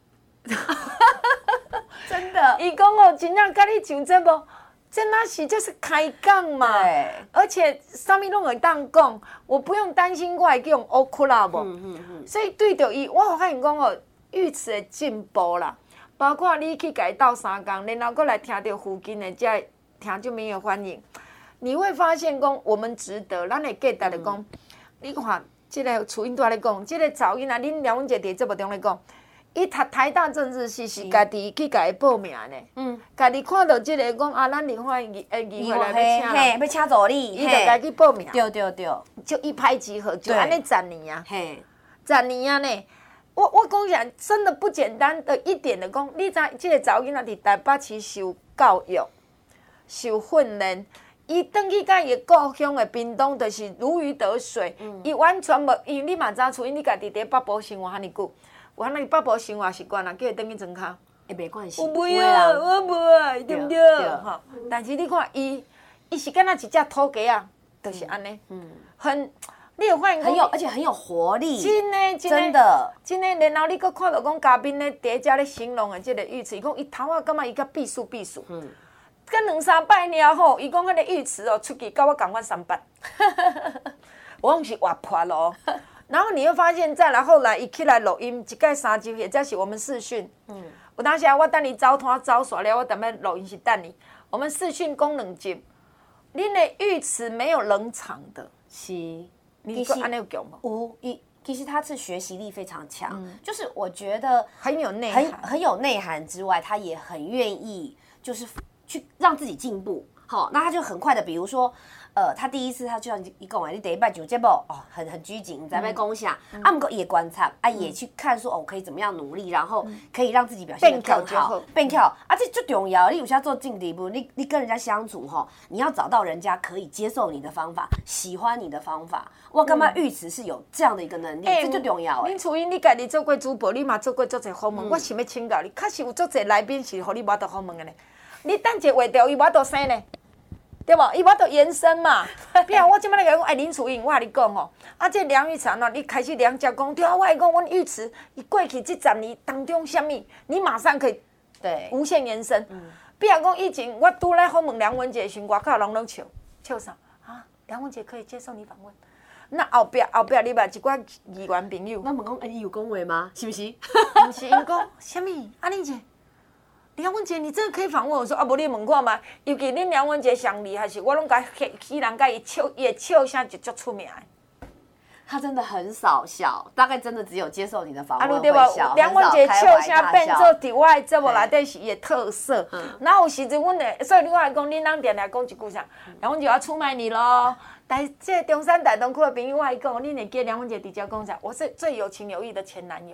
真的， 伊讲哦，真正甲你上节目，这那是就是开讲嘛。 对， 而且啥物拢会当讲，我不用担心我会去用乌哭啦无。所以对着伊，我有发现讲哦。玉慈的进步啦，包括你去甲伊斗3工，然后过来听到附近的这听众朋友反应，你会发现讲我们值得，咱会记得的讲，你看，这个楚英都在讲，这个噪音啊，恁梁文杰伫节目中咧讲，伊读台大政治系是家己去甲伊报名呢，家己看到这个讲啊，咱林华议会来要请， 要请助理， 伊就家己报名， 对， 就一拍即合，就安尼10年啊，10年啊呢。我讲起来真的不简单的一点的讲，你知这个查某囡仔伫台北市受教育、受训练，伊转去甲伊故乡的屏东，就是如鱼得水。伊完全无，因为你嘛知厝因你家己伫北部生活遐尼久，有安尼北部生活习惯啦，叫伊转去庄脚， 也没关系。 有袂啊？我无啊，对不对？吼，但是你看伊是敢若一只土鸡啊，就是安尼，很。你有发现而且很有活力， 真的。然后你搁看到讲嘉宾咧，伫遮咧形容的这个玉慈，伊讲伊头仔感觉伊较避暑，跟2-3摆了吼，伊讲迄个玉慈哦，出去甲我共款3摆，我拢是活泼咯。然后你会发现，再来后来伊起来录音，一届3集，或者是我们视讯，有当时我等你走摊走煞了，我踮咧录音室等你，我们视讯讲2集，恁的玉慈没有冷场的， 是。 你说安尼有强无？ 其实他是学习力非常强，就是我觉得很有内涵， 很有内涵之外，他也很愿意就是去让自己进步。好，那他就很快的，比如说，他第一次他就像你讲的，你第一摆上节目哦，很拘谨，在被攻下，不过也观察啊，也去看说哦，可以怎么样努力，然后可以让自己表现得更好，变巧啊，这最重要。你有些做进第一步，你跟人家相处哈，你要找到人家可以接受你的方法，喜欢你的方法。我感觉玉慈是有这样的一个能力，这最重要。 恁楚英，你家己做过主播，你嘛做过足侪访问，我想要请教你，确实有足侪来宾是互你无得访问的呢。你等一个话题，伊无得生呢？对无？伊无得延伸嘛？比如我即摆咧讲，林楚英，我甲你讲吼，这梁玉慈喏，你开始两脚讲，对啊，我会讲，阮玉慈，伊过去这10年当中，什么，你马上可以对无限延伸。比如讲以前我拄来访问梁文杰时，外口人拢笑啥啊？梁文杰可以接受你访问？那后壁你捌一寡议员朋友， 我问讲，伊有讲话吗？是不是？ 不是，因讲什么？阿玲姐。梁文杰，你真的可以访问我说啊？无你问看嘛，尤其恁梁文杰上厉害是，我拢甲喜人甲伊笑，伊的笑声就足出名的。 他真的很少笑，大概真的只有接受你的访问会笑。 梁文杰笑声变做伫我的节目内底是伊的特色。然后有时阵阮的，所以我来讲，恁人定定讲一句啥？梁文杰要出卖你咯。但是这中山大东区的朋友，我来讲，恁会记梁文杰直接讲啥？我是最有情有义的前男友。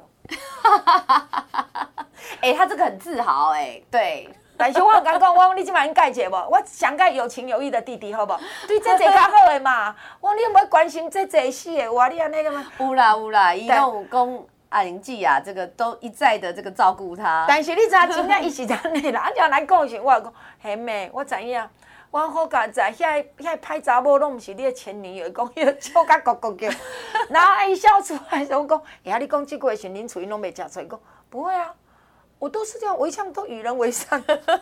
他这个很自豪对。 但是我有甲讲，我讲你即摆解解无？我上届有情有义的弟弟，好无？对姐姐较好的嘛。我讲你有关心姐姐死的话，你安尼个嘛？ 有啦，伊拢有讲阿玲姐啊，这个都一再的这个照顾她。 但是你知影，真正伊是安尼啦。按照来讲时，我讲，嘿妹，我知影。我好佳知，遐歹查某拢毋是你的前女友，讲伊笑甲咕咕叫。然后伊笑出来时，我讲，你讲这句时，恁厝因拢袂食出来，讲不会啊。我都是这样，我一向都与人为善。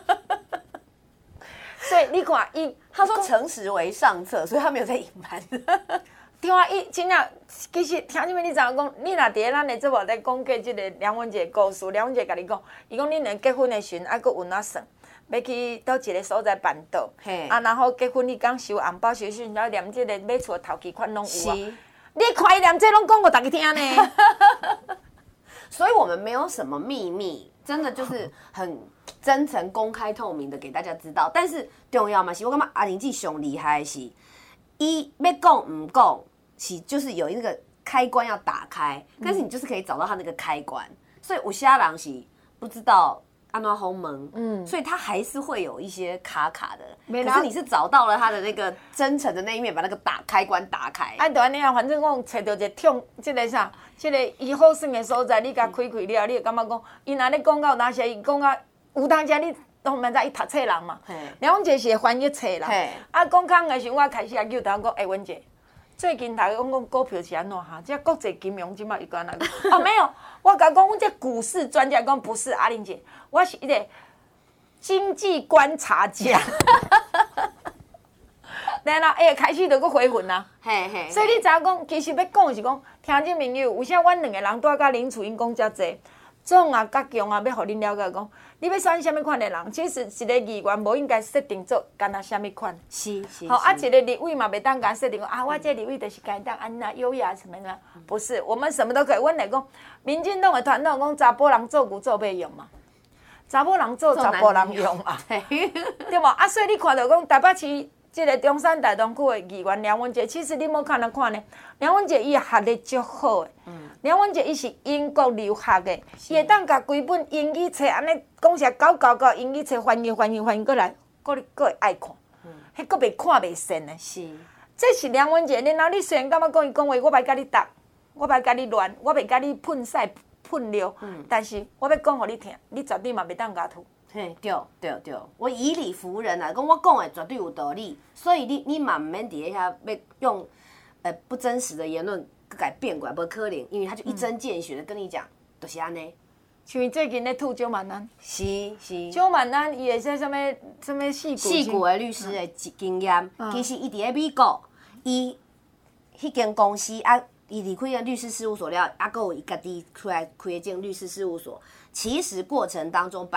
所以你看， 他说诚实为上策，所以他没有在隐瞒。 对啊，真正其实听什么你知影讲，你若伫咱的节目在讲过这个梁文杰的故事，梁文杰甲你讲，伊讲恁两结婚的时阵，还佫运啊算，要去倒一个所在办桌，然后结婚迄天收红包收然后连这个买厝的头期款拢有啊。 你看伊连这拢讲给大家听呢。 所以我们没有什么秘密，真的就是很真诚、公开、透明的给大家知道。但是重要嘛是，我感觉阿玲姐上厉害的是，伊要讲唔讲是就是有那个开关要打开，但是你就是可以找到他那个开关。所以有些人是不知道安怎烘门，所以他还是会有一些卡卡的。可是你是找到了他的那个真诚的那一面，把那个开关打开。 就安尼啊，反正我找到一个痛，这个啥，这个伊好耍的所在，你甲开了，你会感觉讲，伊若咧讲到哪些，伊讲啊，有当时你都明知伊读册人嘛，梁文杰是会翻译册人，啊，讲空的时候，我开始叫他讲，文杰。最近大家讲股票是安怎哈？这国际金融即摆伊讲哪个？哦，没有，我甲讲，我这股市专家讲不是阿玲姐，我是一个经济观察家。然后开始就搁回魂啦。所以你知影讲，其实要讲的是讲，听众朋友，为啥阮两个人住甲林楚英讲遮济？总啊、甲强啊，要互恁了解讲，你要选什么款的人？其实一个议员无应该设定做干那什么款。 是。 好啊，一个立委嘛，袂当干设定讲啊，我这立委就是该当安那优雅什么的，不是，我们什么都可以。阮来讲，民进党的传统讲，查甫人做牛做马用嘛，查某人做查甫人用嘛，对无？啊，所以你看到讲台北市这个中山大东区的议员梁文杰，其实你无看呢，梁文杰伊学历足好的。梁文杰伊是英国留学的，伊会当甲规本英语册安尼讲啥搞英语册翻译过来，佫会爱看，迄佫袂看袂惯的。 是， 这是梁文杰。然后你虽然感觉讲伊讲话，我袂甲你答，我袂甲你乱，我袂甲你喷屎喷尿，但是我要讲互你听，你绝对嘛袂当甲吐。 嘿，对，我以理服人啊，讲我讲的绝对有道理，所以你嘛唔免伫遐要用不真实的言论。改变过来不可能，因为他就一针见血的跟你讲，就是安尼。 像最近咧吐周满安， 是。 周满安伊会说什么戏骨的律师的经验，其实伊伫咧美国，伊迄间公司啊，伊离开了律师事务所了，啊，有伊家己出来开一间律师事务所。其实过程当中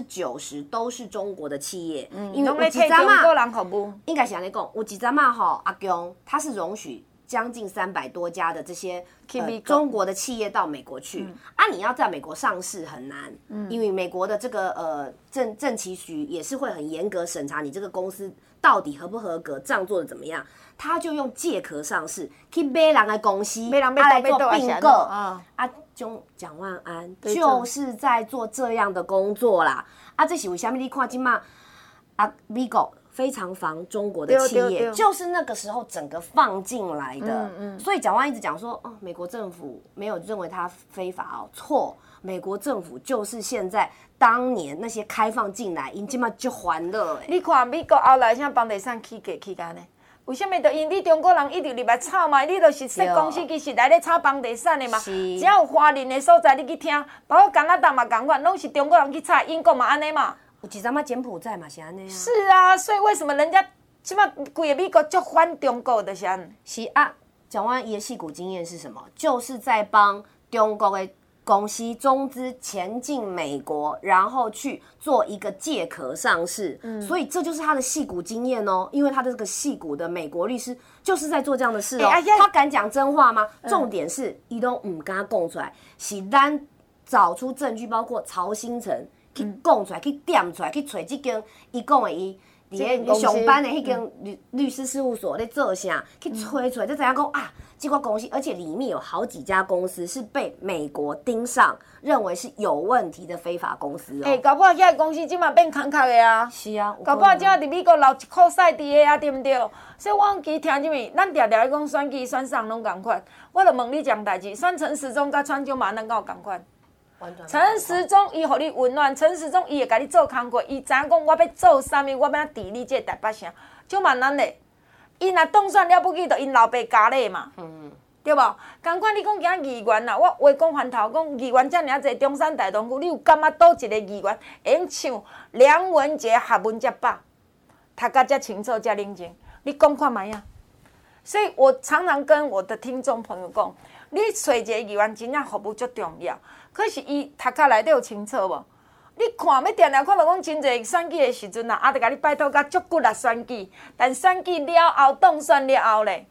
90%都是中国的企业，因为有一阵嘛，应该是安尼讲，有一阵嘛吼，阿强他是容许。将近300多家的这些中国的企业到美国去，你要在美国上市很难，因为美国的这个政企局也是会很严格审查你这个公司到底合不合格，账做的怎么样，他就用借壳上市去买人的公司，来做并购蒋万安就是在做这样的工作啦，这是为什么你看今嘛美国。非常防中国的企业，就是那个时候整个放进来的。所以蒋万安一直讲说，美国政府没有认为它非法哦，错，美国政府就是现在当年那些开放进来，因今嘛就还了。 你看美国后来像房地产起价起干呢？为什么？就因你中国人一直入来炒嘛，你就是说公司其实来咧炒房地产的嘛。只要有华人的所在，你去听，包括加拿大嘛同款，拢是中国人去炒，英国嘛安尼嘛。 有一阵嘛柬埔寨嘛是安尼啊。 是啊，所以为什么人家即马规个美国就反中国的是安尼？ 是啊，蒋万安伊的矽谷经验是什么？就是在帮中国的公司中资前进美国，然后去做一个借壳上市。所以这就是他的矽谷经验哦。因为他的这个矽谷的美国律师就是在做这样的事哦。他敢讲真话吗？重点是伊都唔敢讲出来，是咱找出证据，包括曹兴诚。去讲出来，去点出来，去找这间伊讲的伊伫咧上班的迄间律师事务所咧做啥，去吹出来，就知影讲啊，这个公司，而且里面有好几家公司是被美国盯上，认为是有问题的非法公司哦。 搞不好遐公司即马变空壳的啊。 是啊， 搞不好即马伫美国留一块赛地的啊，对毋对？所以我其实听入面，咱常常咧讲选举选上拢共款，我就问你一件代志，选陈时中甲选蒋万安敢有共款？陈时中伊互你温暖，陈时中伊会甲你做工课，伊知影讲我要做啥物，我要治理这台北城。蒋万安咧，伊若当选了不起，就因老爸家咧嘛，对无？共款你讲今议员啦，我话讲翻头讲议员遮尔济中山大东区，你有感觉倒一个议员会用像梁文杰学问遮饱，读甲遮清楚遮冷静？你讲看卖啊！所以我常常跟我的听众朋友讲，你找一个议员真正服务足重要。可是伊读壳内底有清楚无？你看要定定看到讲真侪选举的时阵啊，就甲你拜托甲足骨力选举，但选举了后当选了后咧，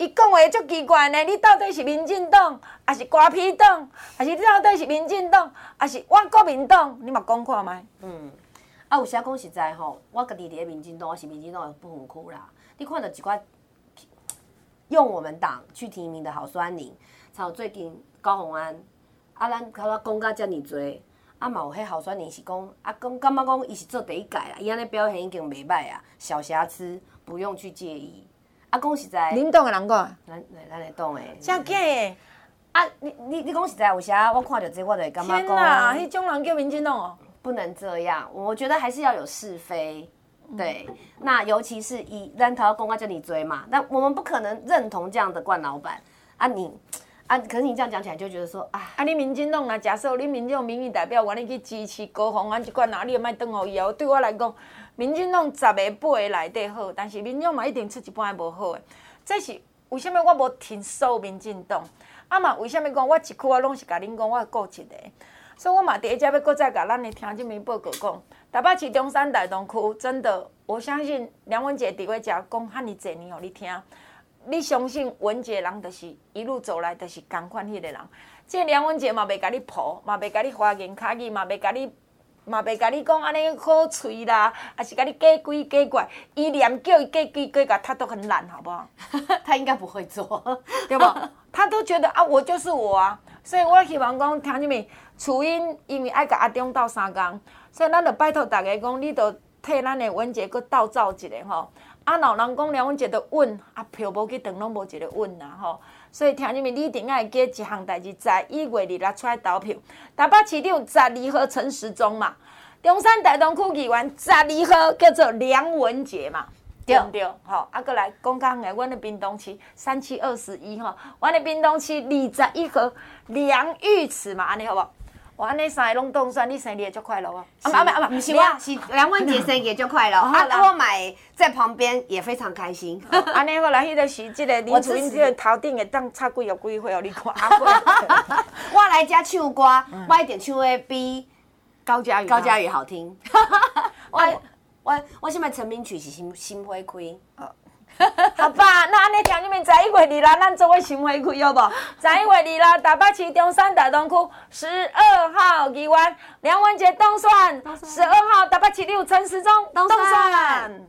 伊讲话足奇怪呢，你到底是民进党，还是瓜皮党，还是你到底是民进党，还是我国民党？你嘛讲看卖。 有时讲实在吼，我家己伫咧民进党，我是民进党的不分区啦。你看到一寡用我们党去提名的好酸宁，像最近高虹安，咱甲我讲甲遮尔多，嘛有迄好酸宁是讲，感觉讲伊是做第一届啦，伊安尼表现已经袂歹啊，小瑕疵不用去介意。讲实在， 恁党的人讲， 咱的党的， 真假的？ 你讲实在，有时我看到这我就会感觉讲， 天哪，迄种人叫民进党哦。 不能这样，我觉得还是要有是非。对，那尤其是以咱头公告叫你追嘛，那我们不可能认同这样的冠老板可是你这样讲起来就觉得说你民进党假设你民进党民意代表，你去支持高虹安这款你就莫转互伊啊。对我来讲，民进党10个8个内底好，但是民进党嘛一定出一半无好的。这是为什么我无挺所有民进党？嘛为什么讲我一区拢是甲恁讲我顾一个？所以我嘛第一只要搁再甲咱的听众们报告讲，台北市中山大同区真的，我相信梁文杰伫位遮讲遐尼侪年互你听，你相信文杰人就是一路走来就是共款迄个人。这梁文杰嘛袂甲你抱，嘛袂甲你花言巧语，嘛袂甲你讲安尼好喙啦，还是甲你假鬼假怪，伊连叫伊假鬼假怪，他都很懒，好不好？ 他应该不会做， 对不？他都觉得我就是我啊，所以我希望讲听你们。厝因因为爱甲阿中斗3工，所以咱就拜托大家讲，你着替咱的文杰搁斗走一下吼。老人讲梁文杰着稳，票无去转，拢无一个稳啦吼。所以听你们，你一定要记一项代志，11月26出来投票。台北市长12号陈时中嘛，中山大同区议员12号叫做梁文杰嘛。对不对？吼，搁来讲讲诶，阮的屏东市3721吼，阮的屏东市21号梁玉慈嘛，安尼好无？我安尼3个拢当选，你生日会足快乐啊！ 不是我，是梁文杰生日就快乐。我买在旁边也非常开心。 安尼好啦，迄个是即个林楚英即个头顶会当插几几岁哦，你看。 我来遮唱歌，我一定唱的比高嘉瑜好听。我现在成名曲是心花开。 好吧，那安尼听你们11月26，咱做伙心花开好无？11月26，台北市中山大同区12号议员梁文杰当选，12号台北市立陈时中当选。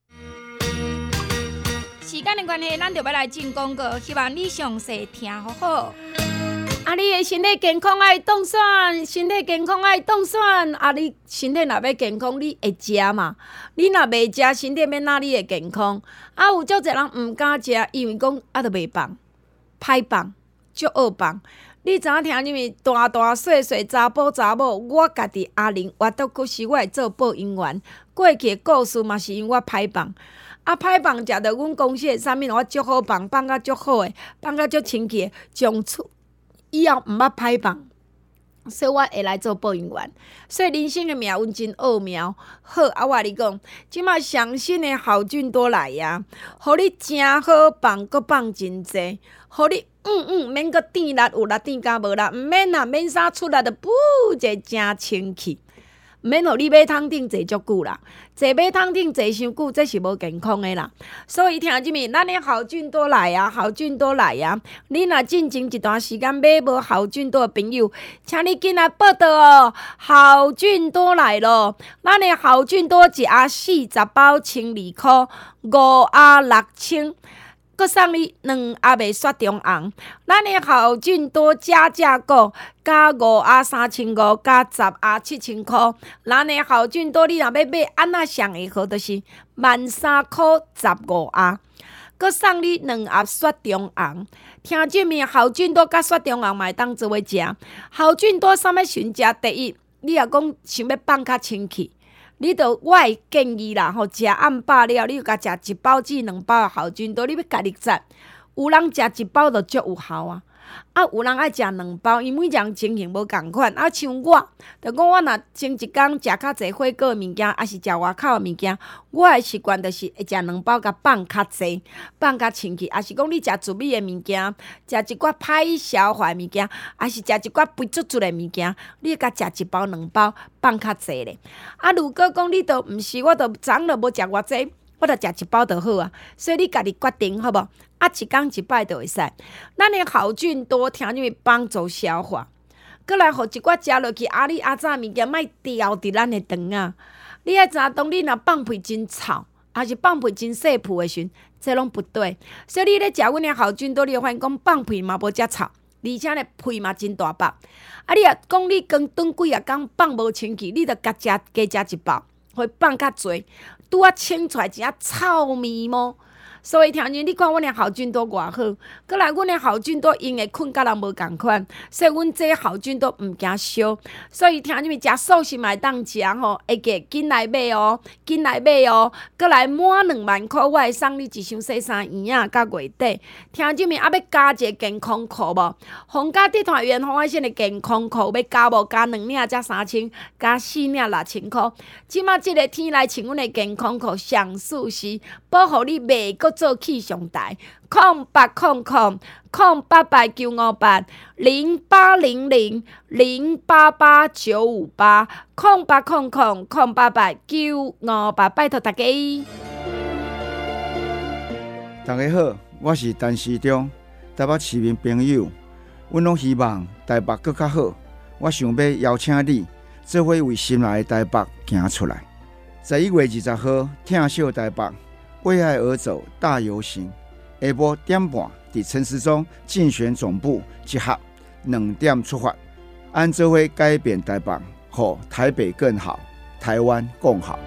时间的关系，咱就要来进广告，希望你详细听好好。你的身体健康爱当选，身体健康爱当选。你身体若要健康，你会食嘛？你若袂食，身体免哪里会健康？有足侪人毋敢食，因为讲都袂放，歹放，足恶放。你知影听入面大大细细查甫查某，我家己阿玲，我都可是我会做播音员。过去的故事嘛是因为我歹放。歹放食着阮公司的产品，我足好放，放甲足好诶，放甲足清气诶，从此以后毋捌歹放，所以我会来做播音员。所以人生的命运真奥妙。好，我甲你讲，即马上新的好菌都来呀，互你真好放，搁放真济，互你免搁垫力，有力垫甲无力，毋免啊，免啥出来就不者真清气。免互你马桶顶坐足久啦，坐马桶顶坐伤久，这是无健康的啦。所以听入面，咱的好菌都来啊，好菌都来啊！你若进前一段时间买无好菌多的朋友，请你紧来报道哦。好菌多来咯，咱的好菌多一盒40包，12块，5盒6000。搁送你2盒的雪中红，咱的好菌多加价购，加5盒3500，加10盒7000块。咱的好菌多，你若要买安那上会好，就是13块15盒，搁送你2盒雪中红。听这面好菌多甲雪中红嘛会当做伙食。好菌多啥物选择第一？你若讲想要放较清气。我会建议啦，食暗饱了，你就甲食1包至2包的好菌多，你要家己食。有人食1包就足有效啊，有人爱食2包，因为每人情形无共款。像我，就讲我若前一工食较济火锅的物件，还是食外口的物件，我的习惯就是会食2包，甲放较济，放较清气。还是讲你食滋味的物件，食一寡歹消化的物件，还是食一寡肥足足的物件，你甲食1包2包，放较济咧。如果讲你都毋是，我都昨昏都无食偌济。 我著食一包就好啊。所以你家己决定好无？啊，一天1摆就会使。咱的好菌多，听入去帮助消化，过来互一寡食落去阿里阿早物件，莫掉伫咱的肠啊。你爱知影，当你若放屁真臭，还是放屁真细噗的时阵，这拢不对。所以你咧食阮的好菌多，你会发现讲放屁嘛无遮臭，而且咧屁嘛真大包。啊，你若讲你光顿几啊工放无清气，你著加食一包，会放较侪，拄啊清出来一啊臭味毛。所以听见你看阮的好菌多偌好，过来阮的好菌多用的菌甲人无共款，所以阮这好菌多毋惊烧。所以听见食素食嘛会当食吼，会记紧来买哦，紧来买哦。过来满2万块，我会送你一箱洗衫圆啊，到月底。听见啊要加一个健康裤无？皇家集团原红外线的健康裤要加无？加2领才3000，加4领6000块。即马即个天来穿阮的健康裤上舒适，保护你袂阁做气象台0800-0889580888-958，0800-088958，拜托大家。 大家好，我是陈时中，台北市民朋友，阮拢希望台北更较好。我想要邀请你，做伙为心内的台北行出来。11月20號，聽秀台北。为爱而走大游行，下晡1點半在陳時中競選總部集合，2點出發，按做伙改變台北，讓台北更好，台灣更好。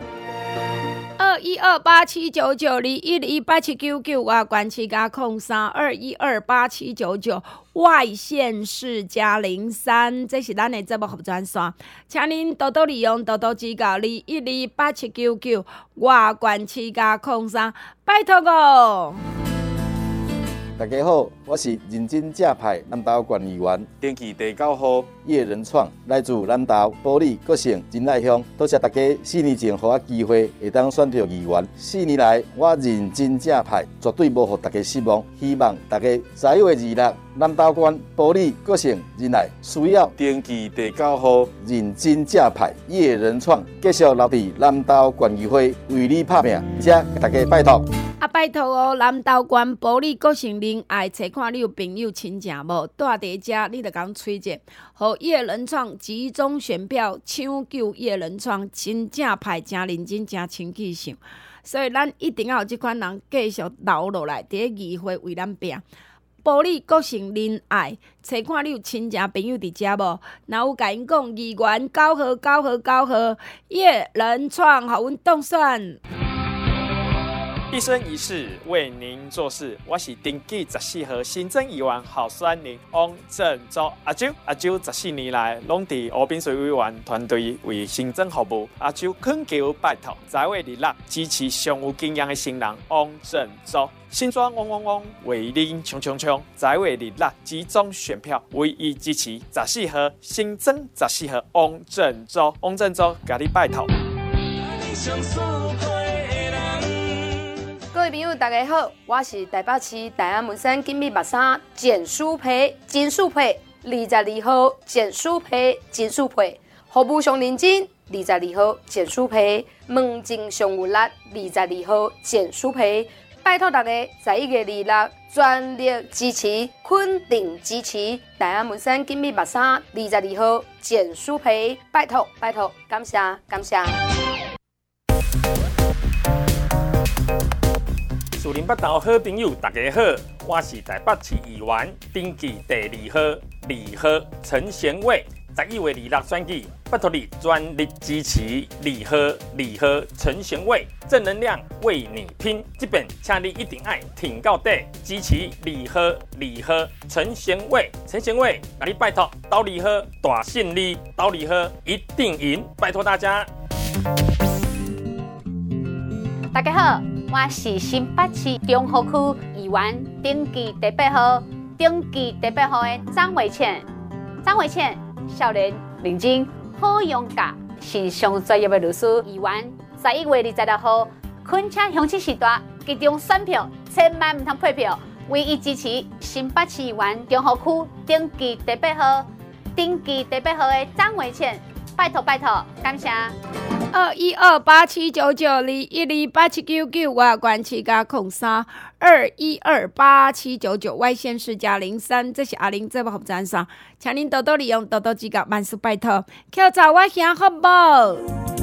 212879921187999外管区加0321287799外县市加03，这是咱的节目服专线，请您多多利用，多多指教。21287799外管区加03，拜托哦。 大家好，我是认真正派南投县议员，登记第9號叶仁創，來自南投埔里各縣仁愛鄉。多謝大家4年前給我機會，會當選到議員。4年來，我認真正派，絕對無讓大家失望。希望大家11月26日，南投縣埔里各縣仁愛需要登記第9號認真正派葉仁創，繼續留在南投縣議會為你拍拼，而且大家拜託。 拜託哦，南投縣埔里各縣仁愛，找看你有朋友親情無？住佇遮，你著講催者，互葉仁創集中選票，搶救葉仁創，真正派，真認真，真清氣象。所以咱一定要有這款人繼續留落來，佇議會為咱拼。埔里各縣仁愛，找看你有親情朋友佇遮無？若有甲因講議員9號，葉仁創，互阮當選。 一生一世为您做事，我是登记14號新增議員候選人汪正洲阿周14年來攏佇烏濱水委員團隊為行政服務。阿周懇求拜託在位日落支持上有經驗的新人汪正洲。新莊汪為您衝，在位日落集中選票，唯一支持14號新增14號汪正洲，甲你拜託。 各位朋友，大家好，我是台北市大安门山金美目衫简书培金素培22號简书培金素培，服務上認真22號简书培，門前上有力22號简书培，拜託大家11月26全力支持，肯定支持大安門山金美目衫22號简书培，拜託，感謝。 樹林北投好朋友，大家好，我是台北市議員，登記第2號陳賢偉，11月26選舉，拜託你全力支持2號陳賢偉，正能量為你拼，這邊請你一定愛挺到底，支持2號陳賢偉，甲你拜託，投2號大勝利，投2號一定贏，拜託大家。 大家好，我是新北市中和區議員，登記第8號的張維倩，少年認真好勇敢，是上專業的律師議員。11月26號，懇請鄉親時代集中選票，千萬唔通配票，唯一支持新北市議員中和區登記第8號的張維倩，拜託，感謝。 212879921287992外关7加0321287799外县市加03，这是阿玲这部服装上，请您多多利用，多多指教，万事拜托，扣查我兄好不好？